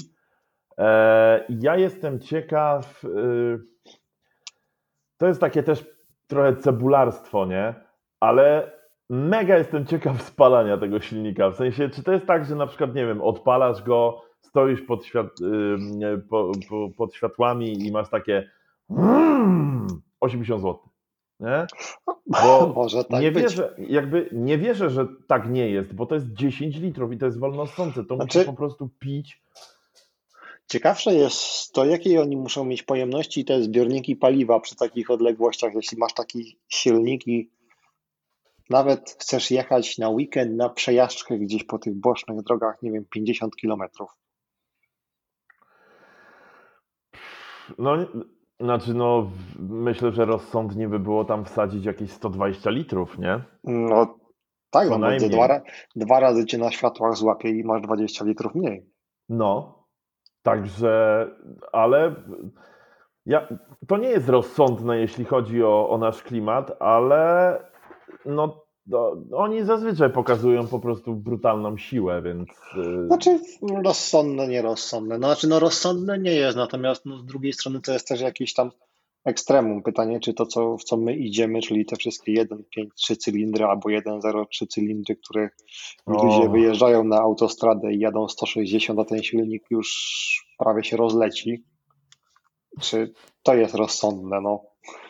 E, ja jestem ciekaw. Y, to jest takie też trochę cebularstwo, nie? Ale mega jestem ciekaw spalania tego silnika. W sensie, czy to jest tak, że na przykład, nie wiem, odpalasz go, stoisz pod, świat, y, po, po, pod światłami i masz takie mm, osiemdziesiąt złotych, nie? Bo Może tak nie być. wierzę, jakby nie wierzę, że tak nie jest, bo to jest dziesięć litrów i to jest wolnosące, to Znaczy- musi po prostu pić. Ciekawsze jest to, jakie oni muszą mieć pojemności te zbiorniki paliwa przy takich odległościach. Jeśli masz taki silnik i nawet chcesz jechać na weekend na przejażdżkę gdzieś po tych bocznych drogach, nie wiem, pięćdziesiąt kilometrów. No, znaczy, no, w- myślę, że rozsądnie by było tam wsadzić jakieś sto dwadzieścia litrów, nie? No tak, Co no bo najmniej. dwa, ra- dwa razy cię na światłach złapie i masz dwadzieścia litrów mniej. No, także, ale ja, to nie jest rozsądne, jeśli chodzi o, o nasz klimat, ale no, to, oni zazwyczaj pokazują po prostu brutalną siłę, więc y, Znaczy rozsądne, nierozsądne. No, znaczy no rozsądne nie jest, natomiast no, z drugiej strony to jest też jakiś tam ekstremum. Pytanie, czy to, co, w co my idziemy, czyli te wszystkie jeden pięć trzy cylindry albo jeden zero trzy cylindry, które O. ludzie wyjeżdżają na autostradę i jadą sto sześćdziesiąt, a ten silnik już prawie się rozleci. Czy to jest rozsądne? No,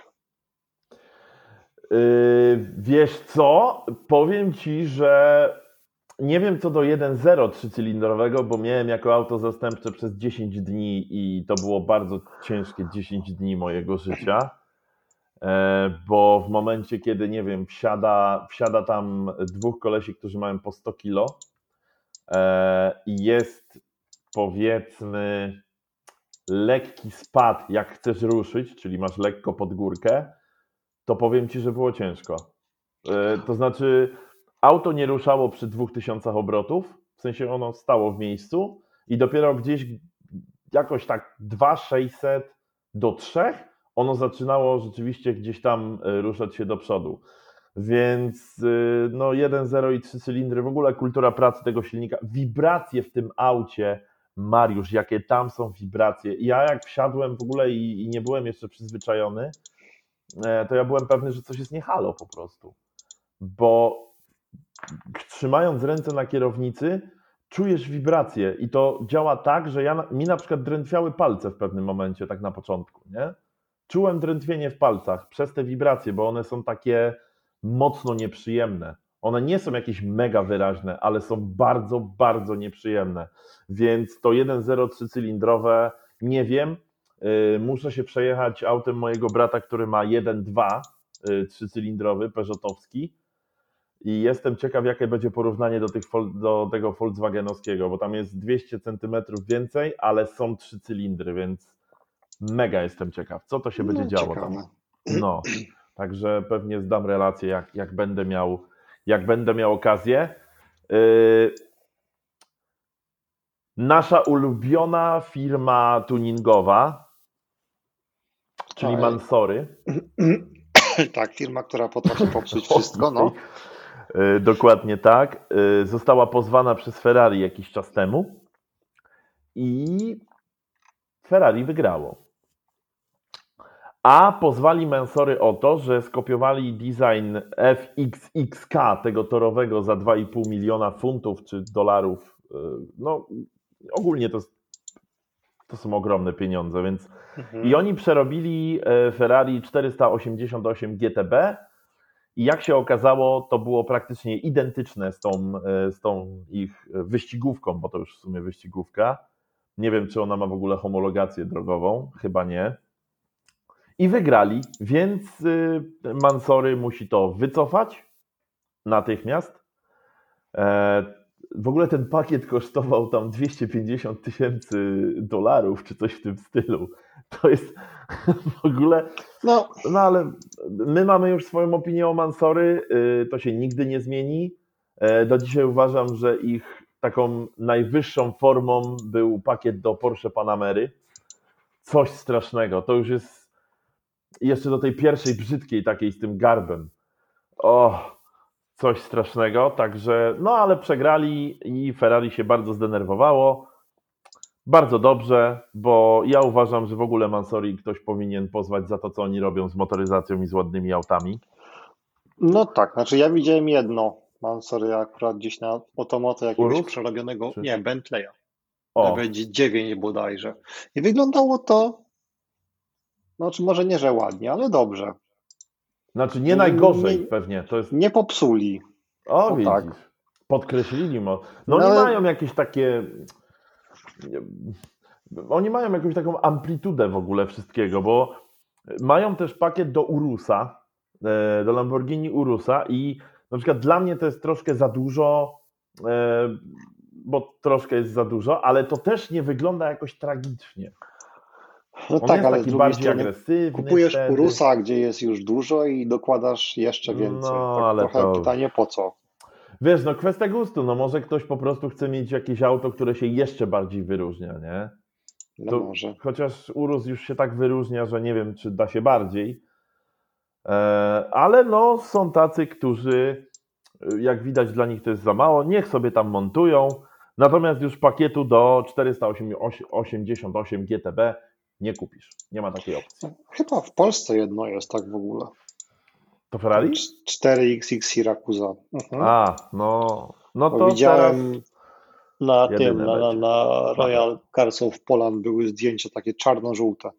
Yy, wiesz co? Powiem ci, że nie wiem co do jeden zero trzycylindrowego, bo miałem jako auto zastępcze przez dziesięć dni i to było bardzo ciężkie dziesięć dni mojego życia, e, bo w momencie, kiedy, nie wiem, wsiada, wsiada tam dwóch kolesi, którzy mają po sto kilo e, i jest, powiedzmy, lekki spad, jak chcesz ruszyć, czyli masz lekko pod górkę, to powiem ci, że było ciężko. E, To znaczy, auto nie ruszało przy dwóch tysiącach obrotów, w sensie ono stało w miejscu i dopiero gdzieś jakoś tak dwa tysiące sześćset do trzech ono zaczynało rzeczywiście gdzieś tam e, ruszać się do przodu. Więc e, no jeden zero i trzy cylindry, w ogóle kultura pracy tego silnika, wibracje w tym aucie, Mariusz, jakie tam są wibracje. Ja jak wsiadłem w ogóle i, i nie byłem jeszcze przyzwyczajony, e, to ja byłem pewny, że coś jest nie halo po prostu. Bo trzymając ręce na kierownicy, czujesz wibracje i to działa tak, że ja, mi na przykład drętwiały palce w pewnym momencie, tak na początku, nie? Czułem drętwienie w palcach przez te wibracje, bo one są takie mocno nieprzyjemne. One nie są jakieś mega wyraźne, ale są bardzo, bardzo nieprzyjemne. Więc to jeden zero trzycylindrowe, nie wiem, yy, muszę się przejechać autem mojego brata, który ma jeden dwa yy, trzycylindrowy, Peugeotowski i jestem ciekaw, jakie będzie porównanie do, tych, do tego Volkswagenowskiego, bo tam jest dwieście centymetrów więcej, ale są trzy cylindry, więc mega jestem ciekaw, co to się będzie No, działo ciekawe. tam. No, także pewnie zdam relację, jak, jak będę miał, jak będę miał okazję. Yy, nasza ulubiona firma tuningowa, czyli Oj. Mansory. Tak, firma, która potrafi popsuć wszystko, no. Yy, dokładnie tak. Yy, została pozwana przez Ferrari jakiś czas temu i Ferrari wygrało. A pozwali Mansory o to, że skopiowali design F X X K, tego torowego za dwa i pół miliona funtów czy dolarów. No ogólnie to, to są ogromne pieniądze, więc Mhm. i oni przerobili Ferrari czterysta osiemdziesiąt osiem G T B i jak się okazało, to było praktycznie identyczne z tą, z tą ich wyścigówką, bo to już w sumie wyścigówka. Nie wiem, czy ona ma w ogóle homologację drogową, chyba nie. I wygrali, więc Mansory musi to wycofać natychmiast. W ogóle ten pakiet kosztował tam dwieście pięćdziesiąt tysięcy dolarów, czy coś w tym stylu. To jest w ogóle... No. no ale my mamy już swoją opinię o Mansory, to się nigdy nie zmieni. Do dzisiaj uważam, że ich taką najwyższą formą był pakiet do Porsche Panamery. Coś strasznego, to już jest jeszcze do tej pierwszej brzydkiej takiej z tym garbem. O, coś strasznego, także no ale przegrali i Ferrari się bardzo zdenerwowało. Bardzo dobrze, bo ja uważam, że w ogóle Mansory ktoś powinien pozwać za to, co oni robią z motoryzacją i z ładnymi autami. No tak, znaczy ja widziałem jedno Mansory akurat gdzieś na Otomoto jakiegoś Urus? przerobionego, Czy... nie, Bentleya. O. Nawet dziewięć bodajże. I wyglądało to, znaczy może nie, że ładnie, ale dobrze. Znaczy nie najgorzej nie, pewnie. To jest... Nie popsuli. O, o widzisz. tak. Podkreślili. Mo... No, No oni ale... mają jakieś takie... Oni mają jakąś taką amplitudę w ogóle wszystkiego, bo mają też pakiet do Urusa, do Lamborghini Urusa i na przykład dla mnie to jest troszkę za dużo, bo troszkę jest za dużo, ale to też nie wygląda jakoś tragicznie. No On tak, jest ale taki z drugiej bardziej strony agresywny. kupujesz wtedy. Urusa, gdzie jest już dużo i dokładasz jeszcze więcej. No, tak ale trochę to... pytanie po co? Wiesz, no kwestia gustu, no może ktoś po prostu chce mieć jakieś auto, które się jeszcze bardziej wyróżnia, nie? No To, może. chociaż Urus już się tak wyróżnia, że nie wiem, czy da się bardziej. E, ale no, są tacy, którzy, jak widać, dla nich to jest za mało. Niech sobie tam montują. Natomiast już pakietu do czterysta osiemdziesiąt osiem G T B nie kupisz. Nie ma takiej opcji. Chyba w Polsce jedno jest tak w ogóle. To Ferrari? cztery X X Siracusa. Mhm. A, no, no to widziałem teraz na tym, na, na, będzie. na Royal Cars of Poland były zdjęcia takie czarno-żółte.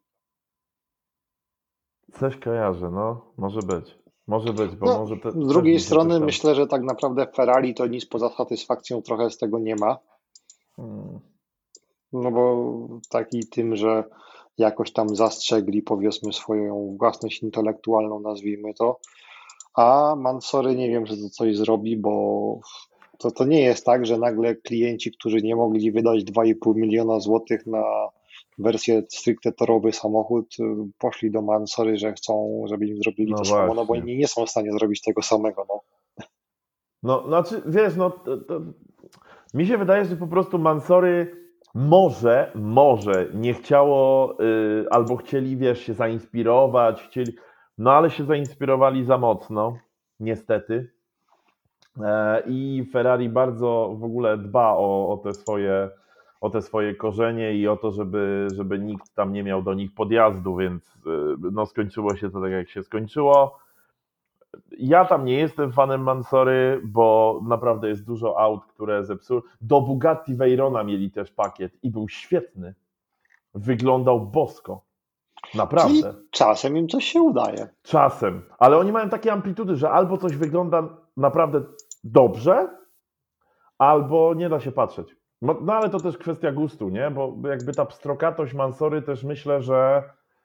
Coś kojarzę, no, może być. Może być, bo no, może te, z drugiej strony tam... myślę, że tak naprawdę Ferrari to nic poza satysfakcją trochę z tego nie ma. Hmm. No bo taki tym, że jakoś tam zastrzegli, powiedzmy, swoją własność intelektualną, nazwijmy to. A Mansory nie wiem, czy to coś zrobi, bo to, to nie jest tak, że nagle klienci, którzy nie mogli wydać dwa i pół miliona złotych na wersję stricte torowy samochód, poszli do Mansory, że chcą, żeby im zrobili no to właśnie. samo, no bo oni nie są w stanie zrobić tego samego. No, no znaczy, wiesz, no to, to... mi się wydaje, że po prostu Mansory może, może nie chciało, yy, albo chcieli, wiesz, się zainspirować, chcieli, no ale się zainspirowali za mocno, niestety. E, I Ferrari bardzo w ogóle dba o, o te swoje, o te swoje korzenie i o to, żeby, żeby nikt tam nie miał do nich podjazdu, więc yy, no skończyło się to tak, jak się skończyło. Ja tam nie jestem fanem Mansory, bo naprawdę jest dużo aut, które zepsuły. Do Bugatti Veyrona mieli też pakiet i był świetny. Wyglądał bosko. Naprawdę. Czyli czasem im coś się udaje. Czasem. Ale oni mają takie amplitudy, że albo coś wygląda naprawdę dobrze, albo nie da się patrzeć. No, no ale to też kwestia gustu, nie? Bo jakby ta pstrokatość Mansory też myślę, że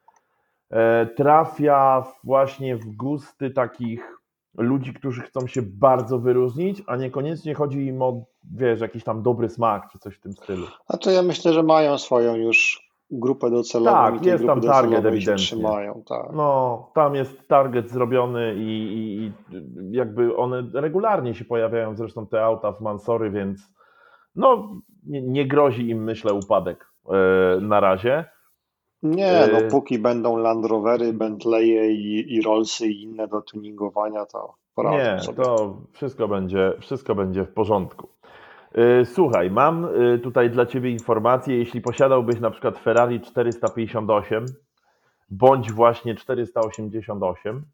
e, trafia właśnie w gusty takich ludzi, którzy chcą się bardzo wyróżnić, a niekoniecznie chodzi im o, wiesz, jakiś tam dobry smak czy coś w tym stylu. Znaczy ja myślę, że mają swoją już grupę docelową i Tak, tej jest grupy tam target docelowej się ewidentnie. trzymają, tak. No, tam jest target zrobiony i, i, i jakby one regularnie się pojawiają, zresztą te auta w Mansory, więc no nie, nie grozi im, myślę, upadek e, na razie. Nie, no E, póki będą Land Rovery, Bentleye i, i Rollsy i inne do tuningowania, to poradzą nie, sobie. to wszystko będzie, wszystko będzie w porządku. E, słuchaj, mam e, tutaj dla Ciebie informację, jeśli posiadałbyś na przykład Ferrari czterysta pięćdziesiąt osiem bądź właśnie czterysta osiemdziesiąt osiem,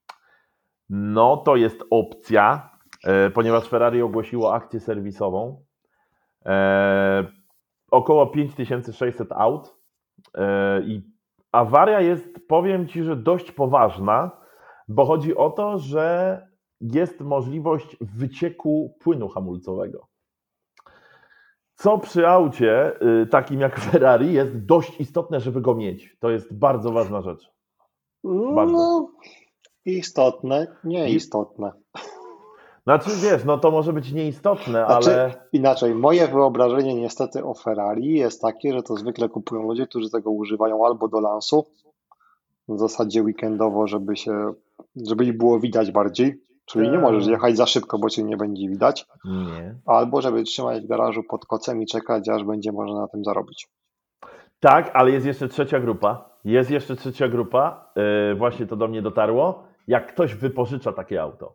no to jest opcja, e, ponieważ Ferrari ogłosiło akcję serwisową, e, około pięć tysięcy sześćset aut e, i awaria jest, powiem Ci, że dość poważna, bo chodzi o to, że jest możliwość wycieku płynu hamulcowego. Co przy aucie y, takim jak Ferrari jest dość istotne, żeby go mieć. To jest bardzo ważna rzecz. Bardzo. No, istotne, I, nieistotne. znaczy wiesz, no to może być nieistotne, Znaczy, ale inaczej, moje wyobrażenie niestety o Ferrari jest takie, że to zwykle kupują ludzie, którzy tego używają albo do lansu, w zasadzie weekendowo, żeby się, żeby ich było widać bardziej, czyli nie możesz Eee, jechać za szybko, bo cię nie będzie widać, nie. albo żeby trzymać w garażu pod kocem i czekać, aż będzie można na tym zarobić. Tak, ale jest jeszcze trzecia grupa. Jest jeszcze trzecia grupa. Yy, właśnie to do mnie dotarło. Jak ktoś wypożycza takie auto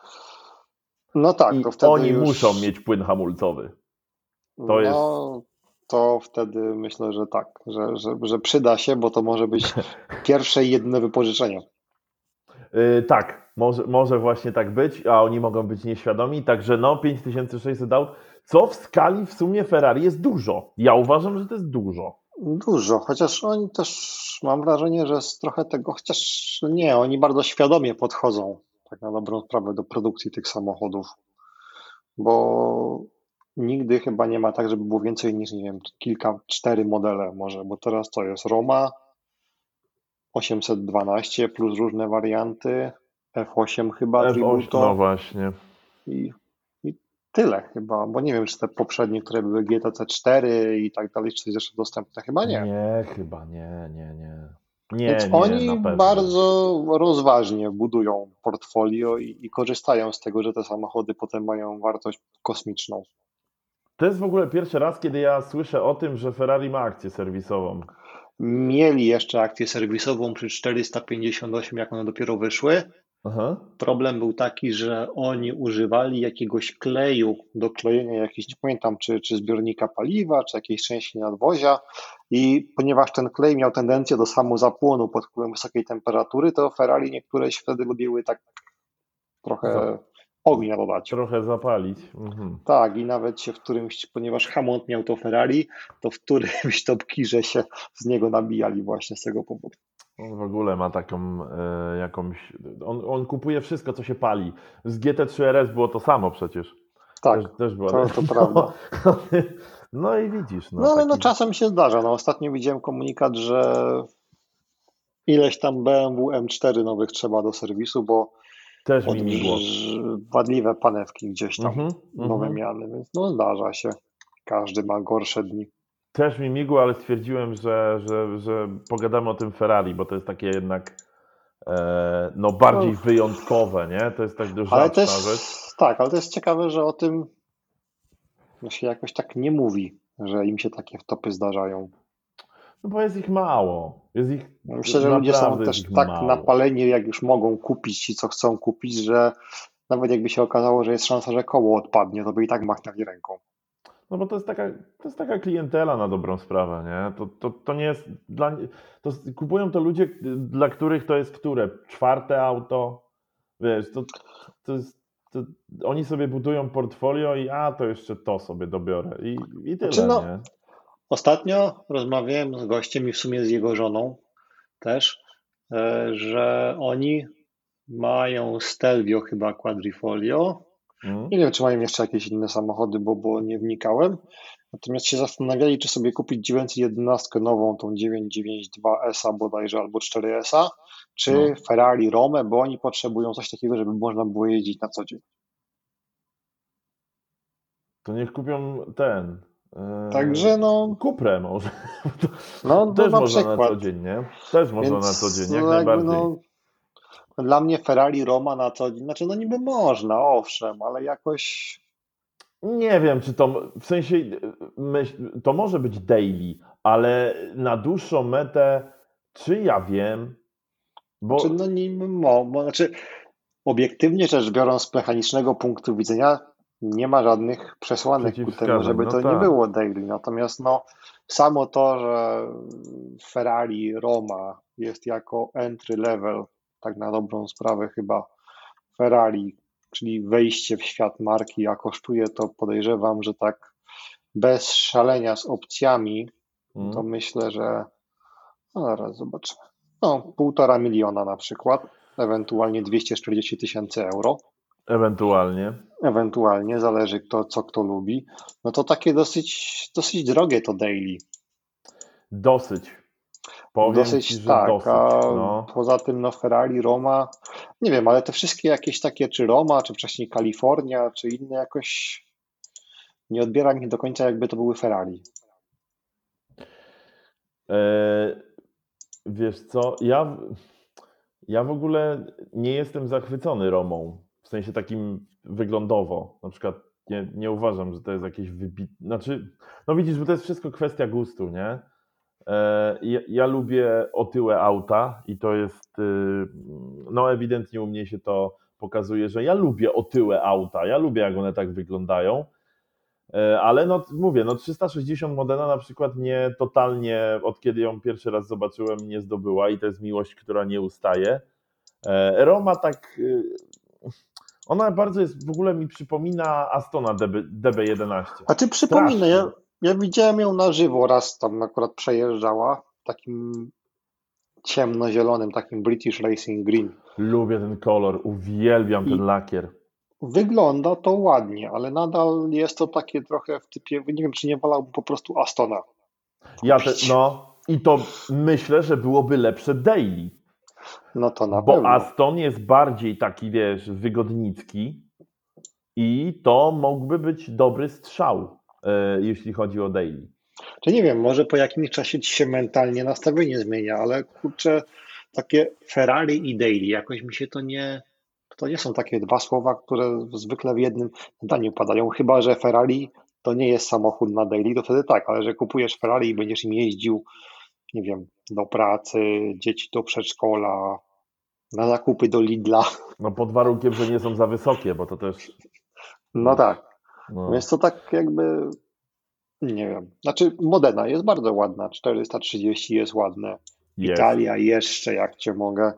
No tak, i to wtedy oni już, muszą mieć płyn hamulcowy. To jest. no to wtedy myślę, że tak, że, że, że przyda się, bo to może być pierwsze i jedyne wypożyczenie. Yy, tak, może, może właśnie tak być, a oni mogą być nieświadomi. Także no, pięć tysięcy sześćset aut, co w skali w sumie Ferrari jest dużo. Ja uważam, że to jest dużo. Dużo, chociaż oni też mam wrażenie, że z trochę tego, chociaż nie, oni bardzo świadomie podchodzą tak na dobrą sprawę do produkcji tych samochodów, bo nigdy chyba nie ma tak, żeby było więcej niż, nie wiem, kilka, cztery modele może, bo teraz to jest Roma osiemset dwanaście plus różne warianty, F osiem chyba, F osiem, no Tributo właśnie. i, i tyle chyba, bo nie wiem, czy te poprzednie, które były G T C cztery i tak dalej, czy to jest jeszcze dostępne, chyba nie. Nie, chyba nie, nie, nie. Nie, Więc nie, oni na pewno. bardzo rozważnie budują portfolio i, i korzystają z tego, że te samochody potem mają wartość kosmiczną. To jest w ogóle pierwszy raz, kiedy ja słyszę o tym, że Ferrari ma akcję serwisową. Mieli jeszcze akcję serwisową przy czterysta pięćdziesiąt osiem, jak one dopiero wyszły. Aha. Problem był taki, że oni używali jakiegoś kleju do klejenia jakiejś, nie pamiętam, czy, czy zbiornika paliwa, czy jakiejś części nadwozia i ponieważ ten klej miał tendencję do samozapłonu pod wpływem wysokiej temperatury, to Ferrari niektóre się wtedy lubiły tak trochę Za- ognia dodać. Trochę zapalić. Mhm. Tak, i nawet się w którymś, ponieważ Hammond miał to Ferrari, to w którymś topkirze się z niego nabijali właśnie z tego powodu. On w ogóle ma taką e, jakąś. On, on kupuje wszystko, co się pali. Z G T trzy R S było to samo przecież. Tak, Też, też było. to, to prawda. No, no i widzisz. No, No ale no taki- czasem się zdarza. No ostatnio widziałem komunikat, że ileś tam B M W M cztery nowych trzeba do serwisu, bo Też mi migło. od- wadliwe panewki gdzieś tam Mhm, nowe mhm. miany, więc no zdarza się. Każdy ma gorsze dni. Też mi migło, ale stwierdziłem, że, że, że pogadamy o tym Ferrari, bo to jest takie jednak e, no bardziej No. wyjątkowe, nie? To jest tak dość Ale rzadka to rzecz. jest, tak, ale to jest ciekawe, że o tym no się jakoś tak nie mówi, że im się takie wtopy zdarzają. No bo jest ich mało. Jest ich Myślę, że ludzie są naprawdę też jest ich tak mało. napaleni, jak już mogą kupić i co chcą kupić, że nawet jakby się okazało, że jest szansa, że koło odpadnie, to by i tak machnęli ręką. No bo to jest taka, to jest taka klientela na dobrą sprawę, nie? To, to, to nie jest dla to s- kupują to ludzie, dla których to jest które? Czwarte auto. Wiesz, to, to jest to, oni sobie budują portfolio i a to jeszcze to sobie dobiorę. I, i tyle, Znaczy, no, nie? Ostatnio rozmawiałem z gościem i w sumie z jego żoną też, e, że oni mają Stelvio chyba Quadrifoglio Mm. Nie wiem, czy mają jeszcze jakieś inne samochody, bo, bo nie wnikałem. Natomiast się zastanawiali, czy sobie kupić dziewięćset jedenaście nową, tą dziewięćset dziewięćdziesiąt dwa S bodajże, albo cztery S, czy No. Ferrari Romę, bo oni potrzebują coś takiego, żeby można było jeździć na co dzień. To niech kupią ten. Także no, Yy, Cuprę może. no, no Też na można na przykład. co dzień, nie? Też można Więc na co dzień, jak no, jakby najbardziej. no, dla mnie Ferrari Roma na co dzień, znaczy no niby można, owszem, ale jakoś Nie wiem, czy to w sensie myśl, to może być daily, ale na dłuższą metę, czy ja wiem, bo Znaczy, no nie, mo, mo, znaczy, obiektywnie rzecz biorąc, z mechanicznego punktu widzenia, nie ma żadnych przesłanek ku temu, przeciwwskazań, żeby no to nie tak. było daily. Natomiast no, samo to, że Ferrari Roma jest jako entry level, tak na dobrą sprawę chyba Ferrari, czyli wejście w świat marki, a kosztuje to, podejrzewam, że tak bez szalenia z opcjami, to Mm. myślę, że no zaraz zobaczymy. No, półtora miliona na przykład, ewentualnie dwieście czterdzieści tysięcy euro, Ewentualnie. ewentualnie, zależy kto, co kto lubi. No to takie dosyć, dosyć drogie to daily. Dosyć. Powiem ci, Dosyć że tak, dosyć. a No. poza tym no Ferrari, Roma, nie wiem, ale te wszystkie jakieś takie, czy Roma, czy wcześniej Kalifornia, czy inne jakoś nie odbieram ich do końca, jakby to były Ferrari. E, wiesz co, ja, ja w ogóle nie jestem zachwycony Romą, w sensie takim wyglądowo. Na przykład nie, nie uważam, że to jest jakieś wybitne. Znaczy, no widzisz, bo to jest wszystko kwestia gustu, nie? E, ja, ja lubię otyłe auta i to jest, y, no ewidentnie u mnie się to pokazuje, że ja lubię otyłe auta, ja lubię jak one tak wyglądają. E, Ale no mówię, no trzysta sześćdziesiąt Modena na przykład mnie totalnie, od kiedy ją pierwszy raz zobaczyłem, nie zdobyła i to jest miłość, która nie ustaje. E, Roma tak, y, ona bardzo jest, w ogóle mi przypomina Astona D B, D B jedenaście. A ty przypominaj, ja, Strasznie. ja widziałem ją na żywo, raz tam akurat przejeżdżała, takim ciemnozielonym, takim British Racing Green. Lubię ten kolor, uwielbiam ten I lakier. wygląda to ładnie, ale nadal jest to takie trochę w typie, nie wiem, czy nie wolałbym po prostu Astona Ja te, kupić. no i to myślę, że byłoby lepsze daily, No to na bo pewno. Aston jest bardziej taki, wiesz, wygodnicki i to mógłby być dobry strzał, e, jeśli chodzi o daily. Czy nie wiem, może po jakimś czasie ci się mentalnie nastawienie zmienia, ale kurczę, takie Ferrari i daily, jakoś mi się to nie, to nie są takie dwa słowa, które zwykle w jednym zdaniu padają, chyba że Ferrari to nie jest samochód na daily, to wtedy tak, ale że kupujesz Ferrari i będziesz im jeździł, nie wiem, do pracy, dzieci do przedszkola, na zakupy do Lidla, No pod warunkiem, że nie są za wysokie, bo to też, no wiesz, tak, no, więc to tak jakby, nie wiem, znaczy Modena jest bardzo ładna, czterysta trzydzieści jest ładne, jest. Italia jeszcze jak cię mogę.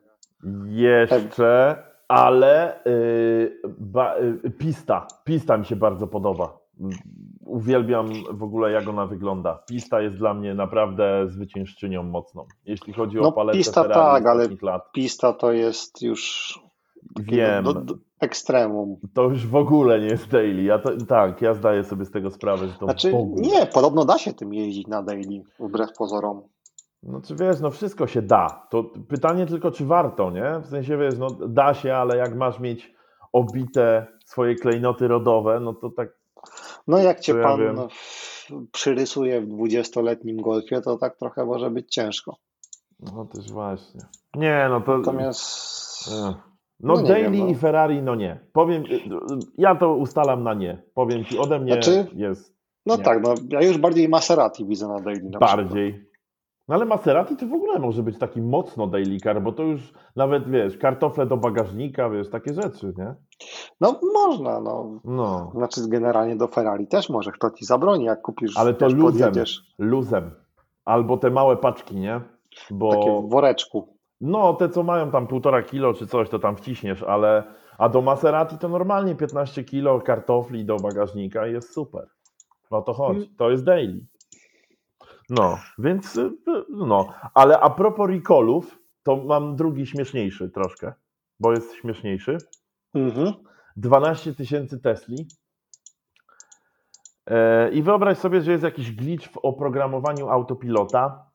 Jeszcze, ale y, ba, y, pista, pista mi się bardzo podoba. Uwielbiam w ogóle jak ona wygląda. Pista jest dla mnie naprawdę zwyciężczynią mocną. Jeśli chodzi o No paletę pista Ferrari tak, ale ostatnich lat. pista to jest już takie Wiem, do, do, do ekstremum. to już w ogóle nie jest daily. Ja to, tak, ja zdaję sobie z tego sprawę, że to Znaczy w ogóle. nie, podobno da się tym jeździć na daily, wbrew pozorom. No czy wiesz, no wszystko się da. To pytanie tylko, czy warto, nie? W sensie, wiesz, no da się, ale jak masz mieć obite swoje klejnoty rodowe, no to tak, No jak cię to ja pan wiem. no, przyrysuje w dwudziestoletnim golfie, to tak trochę może być ciężko. No też właśnie. Nie, no to... Natomiast Ech. No, no nie daily wiem, no. i Ferrari, no nie. Powiem, ja to ustalam na nie. Powiem ci, ode mnie Znaczy, jest no nie. tak, no ja już bardziej Maserati widzę na daily na przykład. Bardziej. No ale Maserati to w ogóle może być taki mocno daily car, bo to już nawet, wiesz, kartofle do bagażnika, wiesz, takie rzeczy, nie? No można, no. No. Znaczy generalnie do Ferrari też może, kto ci zabroni, jak kupisz, Ale to wiesz, luzem, podjedziesz, luzem. Albo te małe paczki, nie? Bo takie w woreczku. no, te co mają tam półtora kilo czy coś, to tam wciśniesz, ale a do Maserati to normalnie piętnaście kilo kartofli do bagażnika i jest super. No to chodź, to jest daily. No, więc y, y, no, ale a propos recallów, to mam drugi śmieszniejszy troszkę, bo jest śmieszniejszy. Mhm. dwanaście tysięcy Tesli. E, I wyobraź sobie, że jest jakiś glitch w oprogramowaniu autopilota,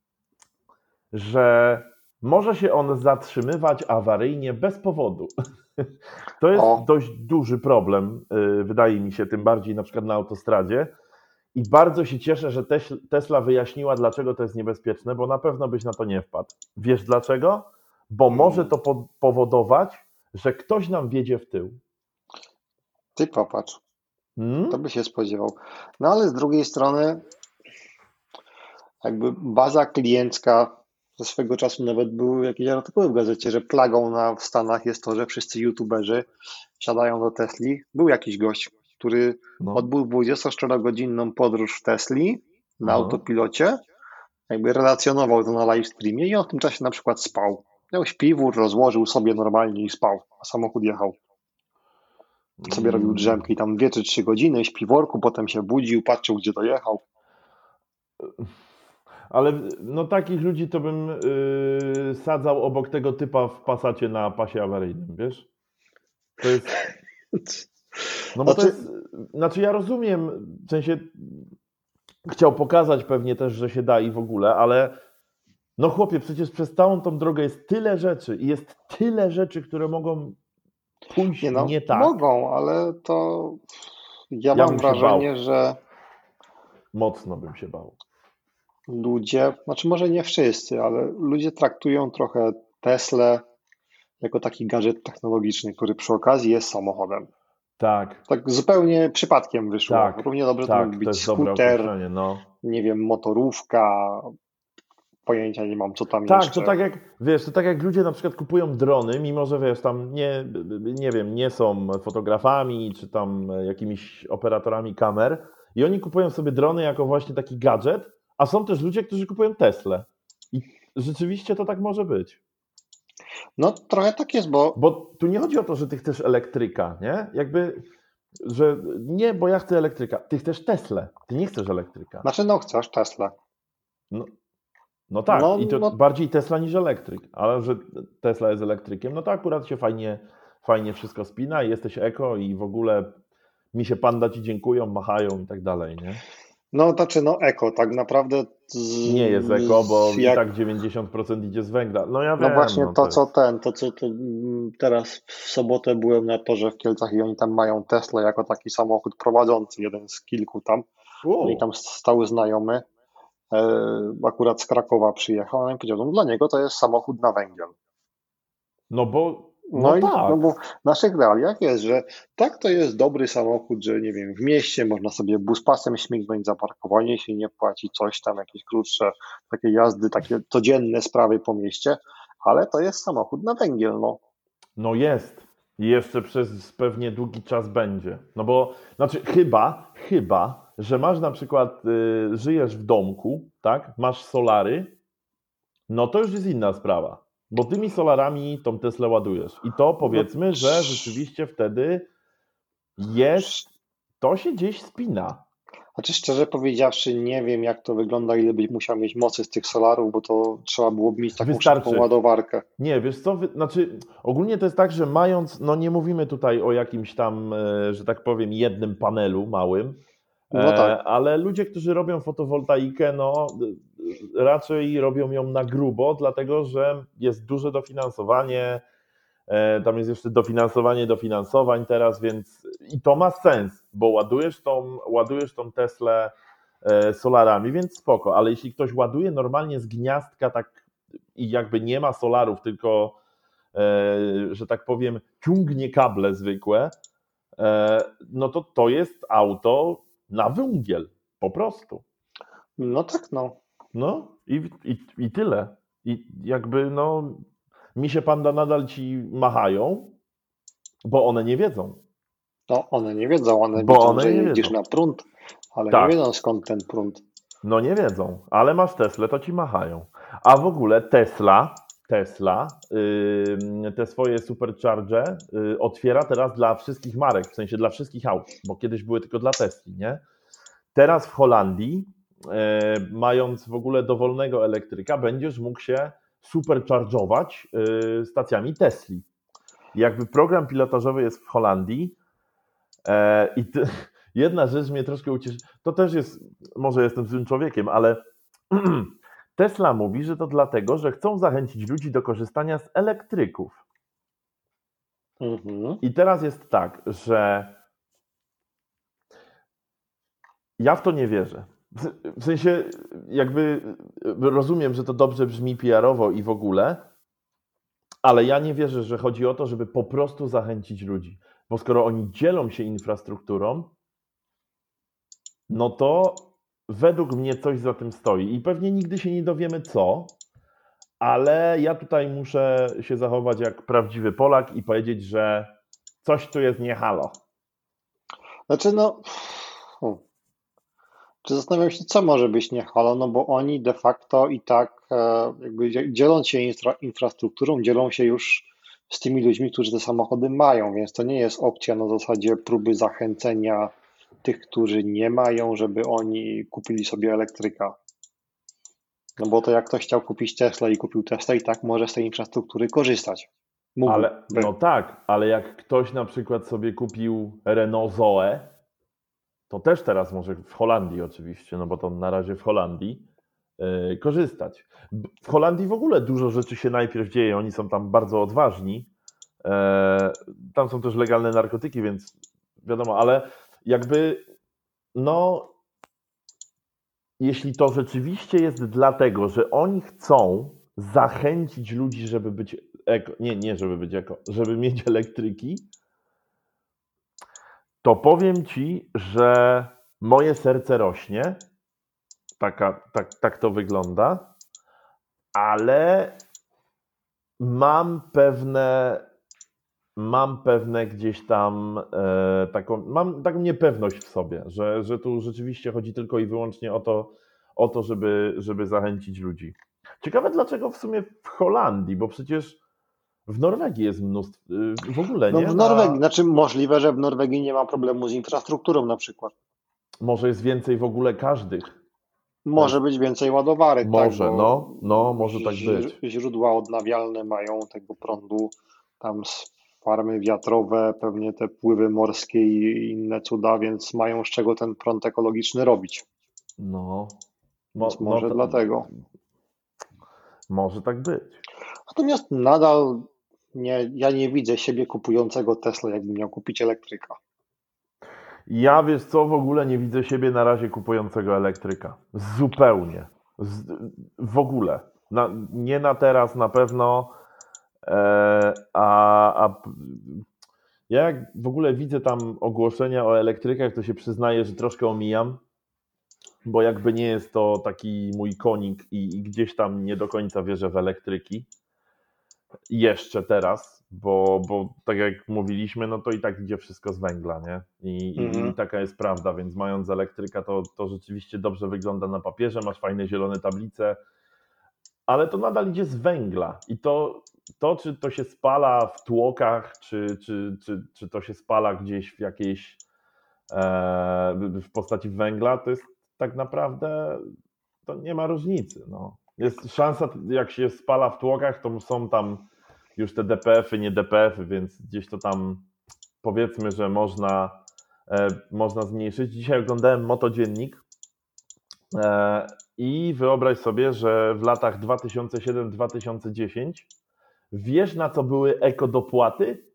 że może się on zatrzymywać awaryjnie bez powodu. To jest O. dość duży problem, y, wydaje mi się, tym bardziej na przykład na autostradzie. I bardzo się cieszę, że Tes- Tesla wyjaśniła, dlaczego to jest niebezpieczne, bo na pewno byś na to nie wpadł. Wiesz dlaczego? Bo Hmm. może to po- powodować, że ktoś nam wjedzie w tył. Ty popatrz, Hmm? to by się spodziewał. No ale z drugiej strony jakby baza kliencka, ze swego czasu nawet były jakieś artykuły w gazecie, że plagą na, w Stanach jest to, że wszyscy youtuberzy siadają do Tesli. Był jakiś gość, który No. odbył dwudziestoczterogodzinną podróż w Tesli na Aha. autopilocie, jakby relacjonował to na live streamie i on w tym czasie na przykład spał. Miał śpiwór, rozłożył sobie normalnie i spał, a samochód jechał. Sobie robił drzemki tam dwie czy trzy godziny, śpiworku, potem się budził, patrzył gdzie dojechał. Ale no takich ludzi to bym yy, sadzał obok tego typa w Passacie na pasie awaryjnym, wiesz? To jest... No bo to Znaczy- jest... Znaczy ja rozumiem, w sensie chciał pokazać pewnie też, że się da i w ogóle, ale no chłopie, przecież przez całą tą drogę jest tyle rzeczy i jest tyle rzeczy, które mogą pójść Nie nie, no, tak. mogą, ale to ja, Ja mam bym się wrażenie, bał. że Mocno bym się bał. ludzie, znaczy może nie wszyscy, ale ludzie traktują trochę Teslę jako taki gadżet technologiczny, który przy okazji jest samochodem. Tak, Tak zupełnie przypadkiem wyszło. tak, Równie dobrze to tak, mógł to być jest dobre skuter, określenie, no. nie wiem, motorówka, pojęcia nie mam, co tam Tak, jeszcze. to tak jak, wiesz, to tak jak ludzie na przykład kupują drony, mimo że wiesz, tam nie, nie wiem, nie są fotografami, czy tam jakimiś operatorami kamer i oni kupują sobie drony jako właśnie taki gadżet, a są też ludzie, którzy kupują Teslę. I rzeczywiście to tak może być. No trochę tak jest, bo Bo tu nie chodzi o to, że ty chcesz elektryka, nie? Jakby, że nie, bo ja chcę elektryka. Ty chcesz Teslę, ty nie chcesz elektryka. znaczy no chcesz Tesla. No, no tak, No, i to no. bardziej Tesla niż elektryk, ale że Tesla jest elektrykiem, no to akurat się fajnie, fajnie wszystko spina i jesteś eko i w ogóle mi się panda ci dziękują, machają i tak dalej, nie? No znaczy no eko, tak naprawdę z, Nie jest eko, bo z- jak, i tak dziewięćdziesiąt procent idzie z węgla. No ja no wiem, właśnie no to to co jest... ten, to co to mm, teraz w sobotę byłem na torze w Kielcach i oni tam mają Tesla jako taki samochód prowadzący, jeden z kilku tam. Wow. No i tam stały znajomy, e, akurat z Krakowa przyjechał, no i powiedział, no dla niego to jest samochód na węgiel. No bo, No, no i tak, no bo w naszych realiach jest, że tak to jest dobry samochód, że nie wiem, w mieście można sobie buspasem śmignąć, za parkowanie się nie płaci, coś tam, jakieś krótsze takie jazdy, takie codzienne sprawy po mieście, ale to jest samochód na węgiel, no. no jest. I jeszcze przez pewnie długi czas będzie. No bo, znaczy chyba, chyba, że masz na przykład, y, żyjesz w domku, tak, masz solary, no to już jest inna sprawa, bo tymi solarami tą Teslę ładujesz. I to powiedzmy, że rzeczywiście wtedy jest, to się gdzieś spina. Znaczy szczerze powiedziawszy, nie wiem jak to wygląda, ile byś musiał mieć mocy z tych solarów, bo to trzeba byłoby mieć taką Wystarczy. szybką ładowarkę. Nie, wiesz co, wy, znaczy ogólnie to jest tak, że mając, no nie mówimy tutaj o jakimś tam, e, że tak powiem, jednym panelu małym, No tak. e, ale ludzie, którzy robią fotowoltaikę, no e, raczej robią ją na grubo, dlatego że jest duże dofinansowanie, e, tam jest jeszcze dofinansowanie dofinansowań teraz, więc i to ma sens, bo ładujesz tą, ładujesz tą Teslę e, solarami, więc spoko, ale jeśli ktoś ładuje normalnie z gniazdka tak i jakby nie ma solarów, tylko, e, że tak powiem, ciągnie kable zwykłe, e, no to to jest auto na węgiel, po prostu. No tak, no. No i, i, i tyle. I jakby no, mi się panda nadal ci machają, bo one nie wiedzą. No one nie wiedzą, one Bo widzą, one że nie jedziesz wiedzą. na prąd, ale Tak. nie wiedzą skąd ten prąd. No nie wiedzą, ale masz Teslę, to ci machają. A w ogóle Tesla, Tesla, yy, te swoje supercharge yy, otwiera teraz dla wszystkich marek, w sensie dla wszystkich aut, bo kiedyś były tylko dla Tesli, nie? Teraz w Holandii, yy, mając w ogóle dowolnego elektryka, będziesz mógł się supercharge'ować yy, stacjami Tesli. jakby program pilotażowy jest w Holandii e, i ty, jedna rzecz mnie troszkę ucieszy, to też jest, może jestem złym człowiekiem, ale Tesla mówi, że to dlatego, że chcą zachęcić ludzi do korzystania z elektryków. Mhm. I teraz jest tak, że ja w to nie wierzę. W sensie jakby rozumiem, że to dobrze brzmi P R-owo i w ogóle, ale ja nie wierzę, że chodzi o to, żeby po prostu zachęcić ludzi. Bo skoro oni dzielą się infrastrukturą, no to według mnie coś za tym stoi. I pewnie nigdy się nie dowiemy co, ale ja tutaj muszę się zachować jak prawdziwy Polak i powiedzieć, że coś tu jest nie halo. Znaczy, no, hmm. czy zastanawiam się, co może być nie halo, no bo oni de facto i tak e, jakby dzie- dzieląc się infra, infrastrukturą, dzielą się już z tymi ludźmi, którzy te samochody mają, więc to nie jest opcja na zasadzie próby zachęcenia tych, którzy nie mają, żeby oni kupili sobie elektryka. No bo to jak ktoś chciał kupić Tesla i kupił Tesla i tak może z tej infrastruktury korzystać. Mógłby. Ale no tak, ale jak ktoś na przykład sobie kupił Renault Zoe, to też teraz może w Holandii oczywiście, no bo to na razie w Holandii yy, korzystać. B- W Holandii w ogóle dużo rzeczy się najpierw dzieje, oni są tam bardzo odważni. E, tam są też legalne narkotyki, więc wiadomo, ale jakby no jeśli to rzeczywiście jest dlatego, że oni chcą zachęcić ludzi, żeby być eko, nie, nie żeby być eko, żeby mieć elektryki, to powiem Ci, że moje serce rośnie, taka, tak, tak to wygląda, ale mam pewne, mam pewne gdzieś tam e, taką, mam taką niepewność w sobie, że, że tu rzeczywiście chodzi tylko i wyłącznie o to, o to żeby, żeby zachęcić ludzi. Ciekawe dlaczego w sumie w Holandii, bo przecież w Norwegii jest mnóstwo, y, w ogóle No nie? w Na, Norwegii, znaczy możliwe, że w Norwegii nie ma problemu z infrastrukturą na przykład. może jest więcej w ogóle każdych. Może być więcej ładowarek, tak, Może, bo no, no, może tak ź- być. źródła odnawialne mają tego prądu, tam z farmy wiatrowe, pewnie te pływy morskie i inne cuda, więc mają z czego ten prąd ekologiczny robić. No, mo, Więc no może to, dlatego. może tak być. Natomiast nadal nie, ja nie widzę siebie kupującego Tesla, jakbym miał kupić elektryka. Ja wiesz co, w ogóle nie widzę siebie na razie kupującego elektryka. Zupełnie. Z, w ogóle. Na, nie na teraz na pewno. E, a, a p- ja jak w ogóle widzę tam ogłoszenia o elektrykach, to się przyznaję, że troszkę omijam, bo jakby nie jest to taki mój konik i, i gdzieś tam nie do końca wierzę w elektryki. Jeszcze teraz, bo, bo tak jak mówiliśmy, no to i tak idzie wszystko z węgla, nie? I, i, Mhm. i taka jest prawda, więc mając elektryka, to, to rzeczywiście dobrze wygląda na papierze, masz fajne zielone tablice, ale to nadal idzie z węgla. I to, to czy to się spala w tłokach, czy, czy, czy, czy to się spala gdzieś w jakiejś e, w postaci węgla, to jest tak naprawdę, to nie ma różnicy. No. Jest szansa, jak się spala w tłokach, to są tam już te D P F-y, nie D P F-y, więc gdzieś to tam powiedzmy, że można, e, można zmniejszyć. Dzisiaj oglądałem Motodziennik e, i wyobraź sobie, że w latach dwa tysiące siedem do dwa tysiące dziesięć wiesz na co były ekodopłaty?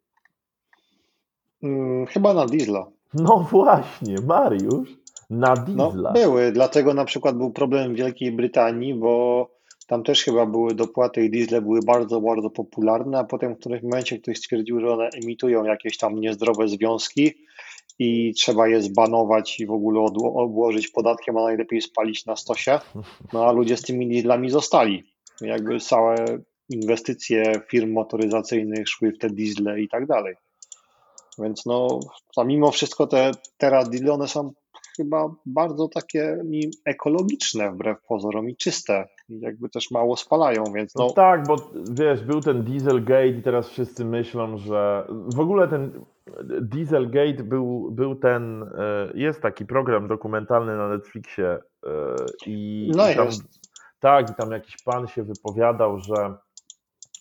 Mm, chyba na diesla. No właśnie, Mariusz, na No, diesla. były, dlatego na przykład był problem w Wielkiej Brytanii, bo tam też chyba były dopłaty i diesle były bardzo, bardzo popularne, a potem w którymś momencie ktoś stwierdził, że one emitują jakieś tam niezdrowe związki i trzeba je zbanować i w ogóle odło- obłożyć podatkiem, a najlepiej spalić na stosie. No a ludzie z tymi dieslami zostali. Jakby całe inwestycje firm motoryzacyjnych szły w te diesle i tak dalej. Więc no, a mimo wszystko te teraz diesle, one są chyba bardzo takie mi ekologiczne wbrew pozorom i czyste. I jakby też mało spalają, więc No no, tak, bo wiesz, był ten Dieselgate i teraz wszyscy myślą, że w ogóle ten Dieselgate był, był ten, e, jest taki program dokumentalny na Netflixie e, i, no i tam, jest. tak, i tam jakiś pan się wypowiadał, że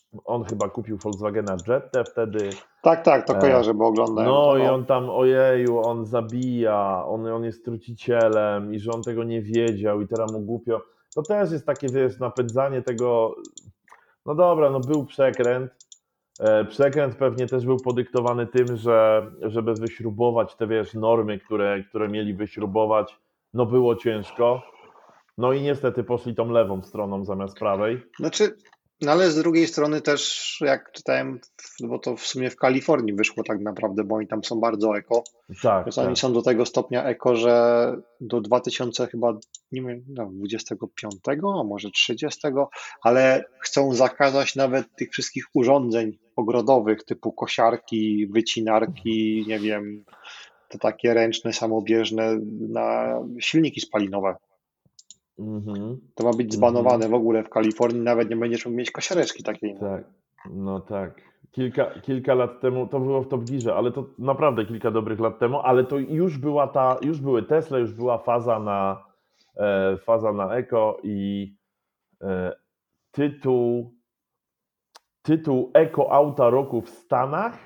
on chyba kupił Volkswagena Jettę wtedy. Tak, tak, to E, kojarzę, bo oglądałem No to. i No. on tam, ojeju, on zabija, on, on jest trucicielem i że on tego nie wiedział i teraz mu głupio. To też jest takie, wiesz, napędzanie tego, no dobra, no był przekręt. E, Przekręt pewnie też był podyktowany tym, że żeby wyśrubować te, wiesz, normy, które, które mieli wyśrubować, no było ciężko. No i niestety poszli tą lewą stroną zamiast prawej. Znaczy, no ale z drugiej strony też, jak czytałem, w- bo to w sumie w Kalifornii wyszło tak naprawdę, bo oni tam są bardzo eko, Tak, więc tak. oni są do tego stopnia eko, że do dwa tysiące chyba, nie wiem, no, dwudziestego piątego, a może trzydziestego, ale chcą zakazać nawet tych wszystkich urządzeń ogrodowych typu kosiarki, wycinarki, nie wiem, te takie ręczne, samobieżne na silniki spalinowe. Mhm, To ma być mhm. zbanowane w ogóle w Kalifornii, nawet nie będziesz mógł mieć kosiareczki takiej. No. Tak, no tak. Kilka, kilka lat temu, to było w Top Gearze, ale to naprawdę kilka dobrych lat temu, ale to już była ta, już były Tesla, już była faza na, e, faza na eko i e, tytuł, tytuł Eko Auta Roku w Stanach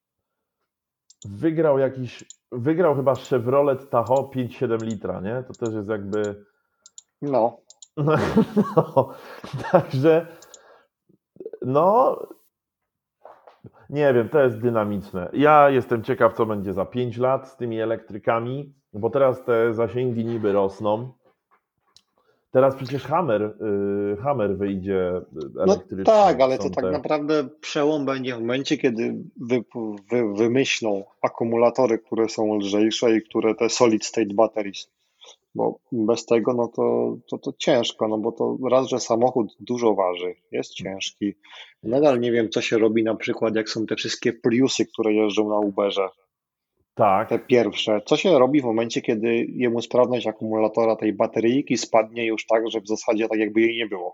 wygrał jakiś, wygrał chyba Chevrolet Tahoe pięć przecinek siedem litra, nie? To też jest jakby, No, no, no, także, no, nie wiem, to jest dynamiczne. Ja jestem ciekaw, co będzie za pięć lat z tymi elektrykami, bo teraz te zasięgi niby rosną. Teraz przecież Hammer, y, Hammer wyjdzie no elektryczny. tak, ale to Są tak te... naprawdę przełom będzie w momencie, kiedy wy, wy, wymyślą akumulatory, które są lżejsze i które te solid state batteries, bo bez tego no to, to, to ciężko, no bo to raz, że samochód dużo waży, jest ciężki. Nadal Jest. nie wiem, co się robi na przykład, jak są te wszystkie Priusy, które jeżdżą na Uberze, Tak. te pierwsze. Co się robi w momencie, kiedy jemu sprawność akumulatora tej bateryjki spadnie już tak, że w zasadzie tak jakby jej nie było?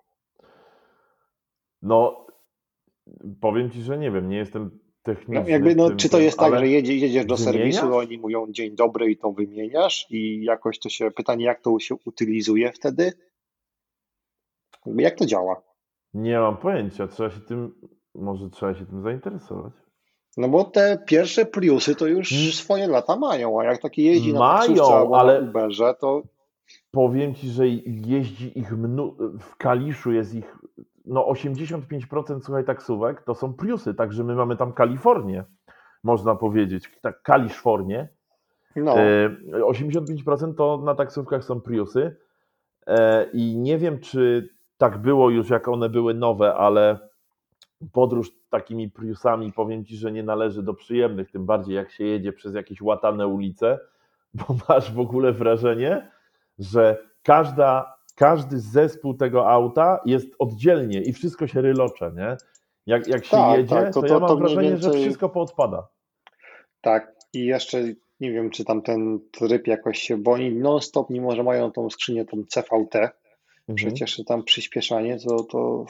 No, powiem Ci, że nie wiem, nie jestem No, techniczny jakby, w no, tym, czy to tym, jest tak, że ale jedzie, jedziesz do serwisu, wymieniasz? oni mówią dzień dobry i to wymieniasz i jakoś to się, pytanie jak to się utylizuje wtedy? Jakby jak to działa? Nie mam pojęcia, trzeba się tym, może trzeba się tym zainteresować. No bo te pierwsze Priusy to już M- swoje lata mają, a jak taki jeździ na taksówce Mają, albo na ale Uberze, to powiem Ci, że jeździ ich mnu... w Kaliszu jest ich no osiemdziesiąt pięć procent, słuchaj, taksówek to są Priusy, także my mamy tam Kalifornię, można powiedzieć, tak Kaliszfornię. no, E, osiemdziesiąt pięć procent to na taksówkach są Priusy e, i nie wiem, czy tak było już, jak one były nowe, ale podróż takimi Priusami, powiem Ci, że nie należy do przyjemnych, tym bardziej jak się jedzie przez jakieś łatane ulice, bo masz w ogóle wrażenie, że każda, każdy zespół tego auta jest oddzielnie i wszystko się rylocze, nie? Jak, jak się tak, jedzie, tak, to, to ja to, to mam mniej wrażenie, że więcej wszystko poodpada. tak. I jeszcze nie wiem, czy tam ten tryb jakoś się, bo oni non-stop, mimo że mają tą skrzynię, tą C V T, Mhm. przecież tam przyspieszanie, to, to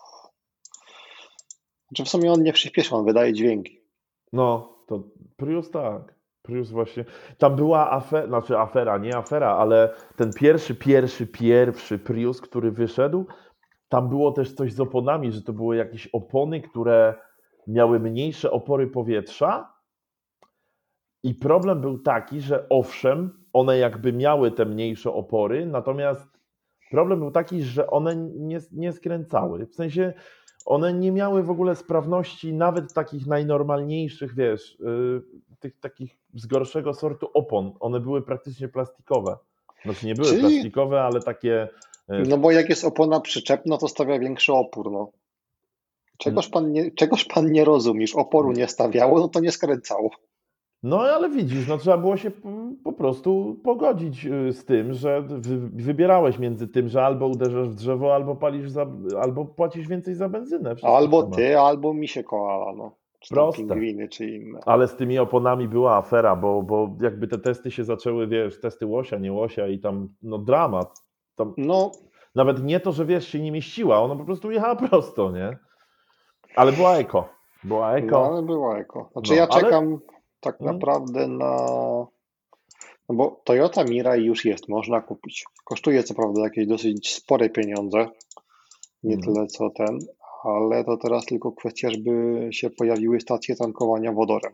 znaczy w sumie on nie przyspiesza, on wydaje dźwięki. No, to Prius tak. Prius właśnie. Tam była afera, znaczy afera, nie afera, ale ten pierwszy, pierwszy, pierwszy Prius, który wyszedł, tam było też coś z oponami, że to były jakieś opony, które miały mniejsze opory powietrza. I problem był taki, że owszem, one jakby miały te mniejsze opory, natomiast problem był taki, że one nie, nie skręcały. W sensie one nie miały w ogóle sprawności nawet takich najnormalniejszych, wiesz, yy, tych takich z gorszego sortu opon. One były praktycznie plastikowe. Znaczy nie były Czyli, plastikowe, ale takie. Yy, no bo jak jest opona przyczepna, to stawia większy opór, no. Czegoż pan nie, czegoż pan nie rozumiesz, oporu nie stawiało, no to nie skręcało. No ale widzisz, no trzeba było się p- po prostu pogodzić y, z tym, że wy, wybierałeś między tym, że albo uderzasz w drzewo, albo palisz za, albo płacisz więcej za benzynę. Wszystko w Albo temat. ty, albo mi się koala, no. Czy tam Proste. pingwiny, czy inne. Ale z tymi oponami była afera, bo, bo jakby te testy się zaczęły, wiesz, testy łosia, nie łosia i tam, no dramat. Tam, No, nawet nie to, że wiesz, się nie mieściła, ona po prostu jechała prosto, nie? Ale była eko. Była no eko. ale było eko. Znaczy No, ja ale czekam tak mm, naprawdę na... No bo Toyota Mirai już jest, można kupić. Kosztuje co prawda jakieś dosyć spore pieniądze, nie mm, tyle co ten, ale to teraz tylko kwestia, żeby się pojawiły stacje tankowania wodorem.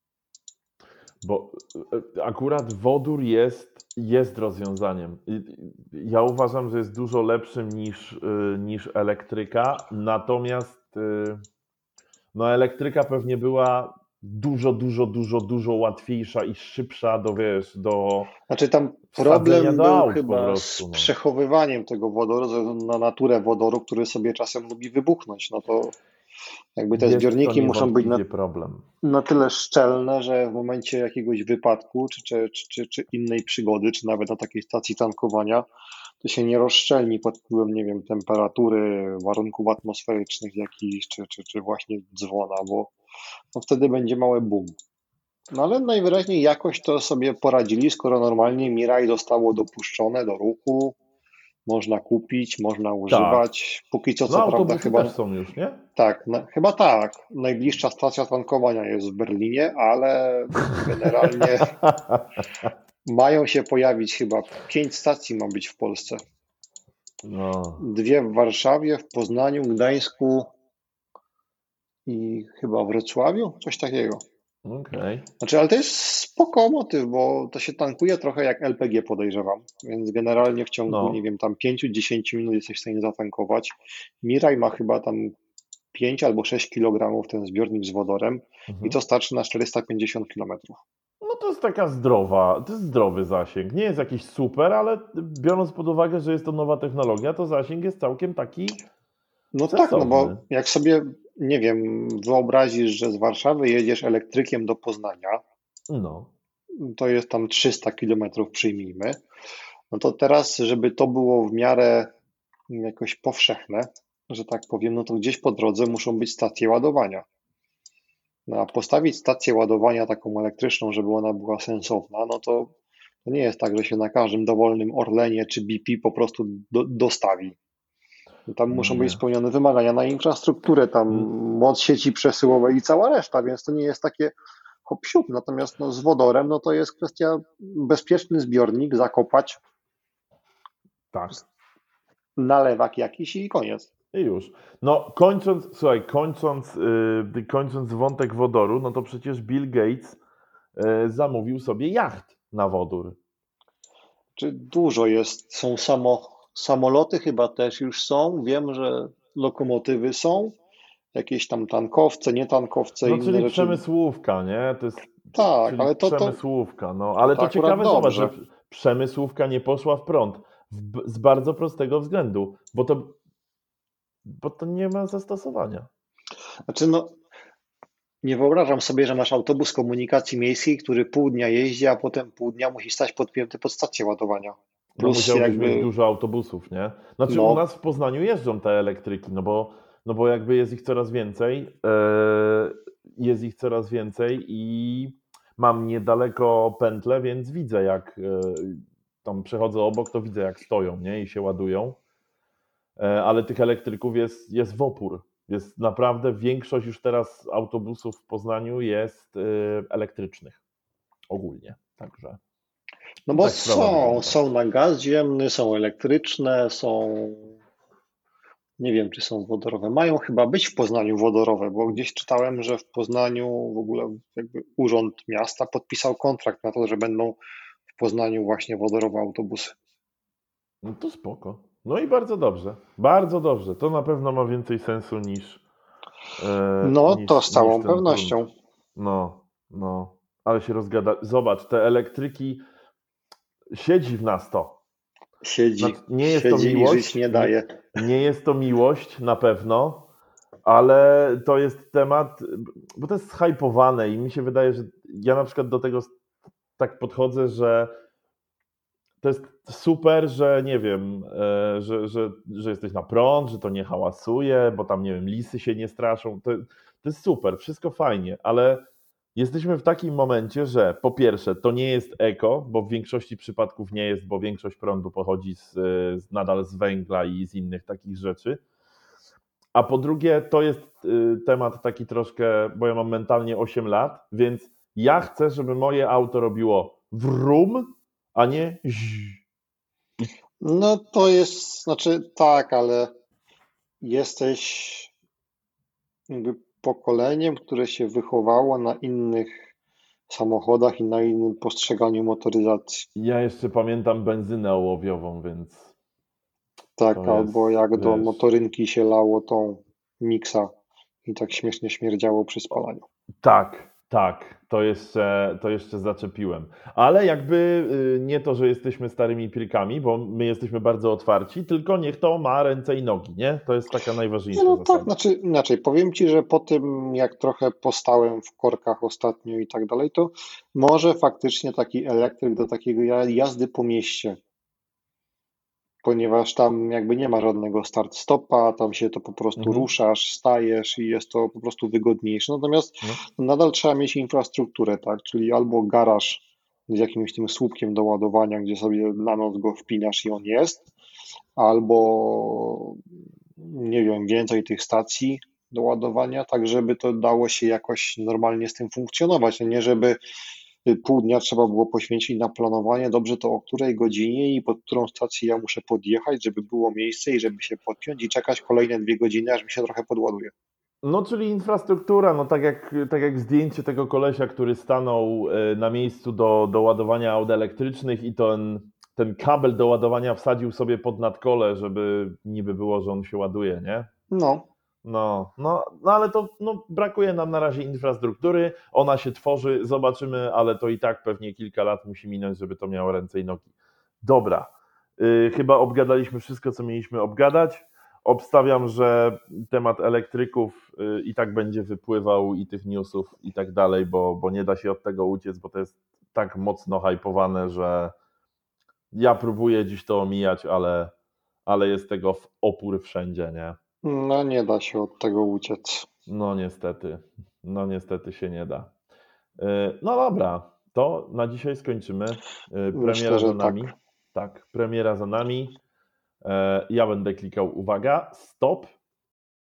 Bo e, akurat wodór jest, jest rozwiązaniem. I- i- Ja uważam, że jest dużo lepszym niż, y, niż elektryka, natomiast y, no elektryka pewnie była dużo, dużo, dużo, dużo łatwiejsza i szybsza do, wiesz, do Znaczy tam wsadzenia problem do był aut po chyba z prostu, no. przechowywaniem tego wodoru, ze względu na naturę wodoru, który sobie czasem lubi wybuchnąć. No to jakby te Jest to zbiorniki muszą być na, niewątpliwie problem. na tyle szczelne, że w momencie jakiegoś wypadku, czy, czy, czy, czy, czy innej przygody, czy nawet na takiej stacji tankowania, to się nie rozszczelni pod wpływem, nie wiem, temperatury, warunków atmosferycznych jakichś, czy, czy, czy właśnie dzwona, bo no wtedy będzie mały boom. No ale najwyraźniej jakoś to sobie poradzili, skoro normalnie Mirai zostało dopuszczone do ruchu, można kupić, można Tak. używać. Póki co, No co prawda, autobusy też chyba są już, nie? tak, na, chyba tak. Najbliższa stacja tankowania jest w Berlinie, ale generalnie mają się pojawić chyba pięć stacji ma być w Polsce. No, Dwie w Warszawie, w Poznaniu, Gdańsku i chyba w Wrocławiu, coś takiego. okej. Znaczy, ale to jest spoko motyw, bo to się tankuje trochę jak L P G, podejrzewam, więc generalnie w ciągu, nie No. wiem, tam pięć do dziesięciu minut jesteś w stanie zatankować. Mirai ma chyba tam pięć albo sześć kilogramów ten zbiornik z wodorem i Mhm. to starczy na czterysta pięćdziesiąt kilometrów. No to jest taka zdrowa, to jest zdrowy zasięg. Nie jest jakiś super, ale biorąc pod uwagę, że jest to nowa technologia, to zasięg jest całkiem taki No tak, no sensowny. bo jak sobie, nie wiem, wyobrazisz, że z Warszawy jedziesz elektrykiem do Poznania, No. to jest tam trzysta kilometrów, przyjmijmy, no to teraz, żeby to było w miarę jakoś powszechne, że tak powiem, no to gdzieś po drodze muszą być stacje ładowania. No a postawić stację ładowania taką elektryczną, żeby ona była sensowna, no to, to nie jest tak, że się na każdym dowolnym Orlenie czy B P po prostu do, dostawi. Tam No muszą być nie. spełnione wymagania na infrastrukturę, tam N- moc sieci przesyłowej i cała reszta, więc to nie jest takie hop siup. Natomiast no, z wodorem, no to jest kwestia bezpieczny zbiornik, zakopać, Tak. nalewak jakiś i koniec. I już. No kończąc, słuchaj, kończąc, yy, kończąc wątek wodoru, no to przecież Bill Gates yy, zamówił sobie jacht na wodór. Czy dużo jest, są samo, samoloty chyba też już są, wiem, że lokomotywy są, jakieś tam tankowce, nie tankowce, No inne czyli rzeczy. przemysłówka, nie? To jest, Tak, czyli ale to, to, przemysłówka, no. Ale to to akurat ciekawe, zobacz, że dobrze. przemysłówka nie poszła w prąd. W, z bardzo prostego względu, bo to, bo to nie ma zastosowania. Znaczy, no, nie wyobrażam sobie, że masz autobus komunikacji miejskiej, który pół dnia jeździ, a potem pół dnia musi stać podpięty pod stację ładowania. No Plus musiałbyś mieć jakby, dużo autobusów, nie? Znaczy u no, nas w Poznaniu jeżdżą te elektryki, no bo, no bo jakby jest ich coraz więcej, e, jest ich coraz więcej i mam niedaleko pętlę, więc widzę jak e, tam przechodzę obok, to widzę jak stoją, nie? I się ładują. E, ale tych elektryków jest, jest w opór. Jest naprawdę większość już teraz autobusów w Poznaniu jest e, elektrycznych ogólnie. Także no bo tak sprawa są, wygląda. są na gaz ziemny, są elektryczne, są, nie wiem, czy są wodorowe. Mają chyba być w Poznaniu wodorowe, bo gdzieś czytałem, że w Poznaniu w ogóle jakby Urząd Miasta podpisał kontrakt na to, że będą w Poznaniu właśnie wodorowe autobusy. No to spoko. No i bardzo dobrze. Bardzo dobrze. To na pewno ma więcej sensu niż, e, No to niż, z niż całą ten prąd. pewnością. No, no. Ale się rozgada. Zobacz, te elektryki siedzi w nas to. Siedzi, Znaczy, nie jest to siedzi i żyć miłość. nie Nie, daje. nie jest to miłość na pewno, ale to jest temat, bo to jest zhypowane i mi się wydaje, że ja na przykład do tego tak podchodzę, że to jest super, że nie wiem, e, że, że, że jesteś na prąd, że to nie hałasuje, bo tam nie wiem, lisy się nie straszą. To, to jest super, wszystko fajnie, ale jesteśmy w takim momencie, że po pierwsze, to nie jest eko, bo w większości przypadków nie jest, bo większość prądu pochodzi z, z, nadal z węgla i z innych takich rzeczy. A po drugie, to jest y, temat taki troszkę, bo ja mam mentalnie osiem lat, więc ja chcę, żeby moje auto robiło wrum, a nie ź. No to jest, znaczy tak, ale jesteś jakby pokoleniem, które się wychowało na innych samochodach i na innym postrzeganiu motoryzacji. Ja jeszcze pamiętam benzynę ołowiową, więc Tak, to albo jest, jak do wiesz. motorynki się lało tą miksa i tak śmiesznie śmierdziało przy spalaniu. Tak, tak, to jeszcze, to jeszcze zaczepiłem. Ale jakby y, nie to, że jesteśmy starymi pilkami, bo my jesteśmy bardzo otwarci, tylko niech to ma ręce i nogi, nie? To jest taka Nie, najważniejsza no tak, zasada. znaczy inaczej, powiem Ci, że po tym jak trochę postałem w korkach ostatnio i tak dalej, to może faktycznie taki elektryk do takiego ja- jazdy po mieście, ponieważ tam jakby nie ma żadnego start-stopa, tam się to po prostu Mhm. ruszasz, stajesz i jest to po prostu wygodniejsze. Natomiast No. nadal trzeba mieć infrastrukturę, tak? Czyli albo garaż z jakimś tym słupkiem do ładowania, gdzie sobie na noc go wpinasz i on jest, albo nie wiem, więcej tych stacji do ładowania, tak żeby to dało się jakoś normalnie z tym funkcjonować, a nie żeby pół dnia trzeba było poświęcić na planowanie, dobrze to o której godzinie i pod którą stację ja muszę podjechać, żeby było miejsce i żeby się podpiąć i czekać kolejne dwie godziny, aż mi się trochę podładuje. No, czyli infrastruktura, no tak jak, tak jak zdjęcie tego kolesia, który stanął e, na miejscu do, do ładowania aut elektrycznych i ten, ten kabel do ładowania wsadził sobie pod nadkole, żeby niby było, że on się ładuje, nie? No, No, no, no ale to no, brakuje nam na razie infrastruktury, ona się tworzy, zobaczymy, ale to i tak pewnie kilka lat musi minąć, żeby to miało ręce i nogi. Dobra, y, chyba obgadaliśmy wszystko, co mieliśmy obgadać. Obstawiam, że temat elektryków y, i tak będzie wypływał i tych newsów i tak dalej, bo, bo nie da się od tego uciec, bo to jest tak mocno hypowane, że ja próbuję dziś to omijać, ale, ale jest tego w opór wszędzie, nie? no nie da się od tego uciec. No niestety, no niestety się nie da. E, No dobra, to na dzisiaj skończymy. E, Myślę, Premiera za że nami. tak. Tak, premiera za nami. E, Ja będę klikał uwaga, stop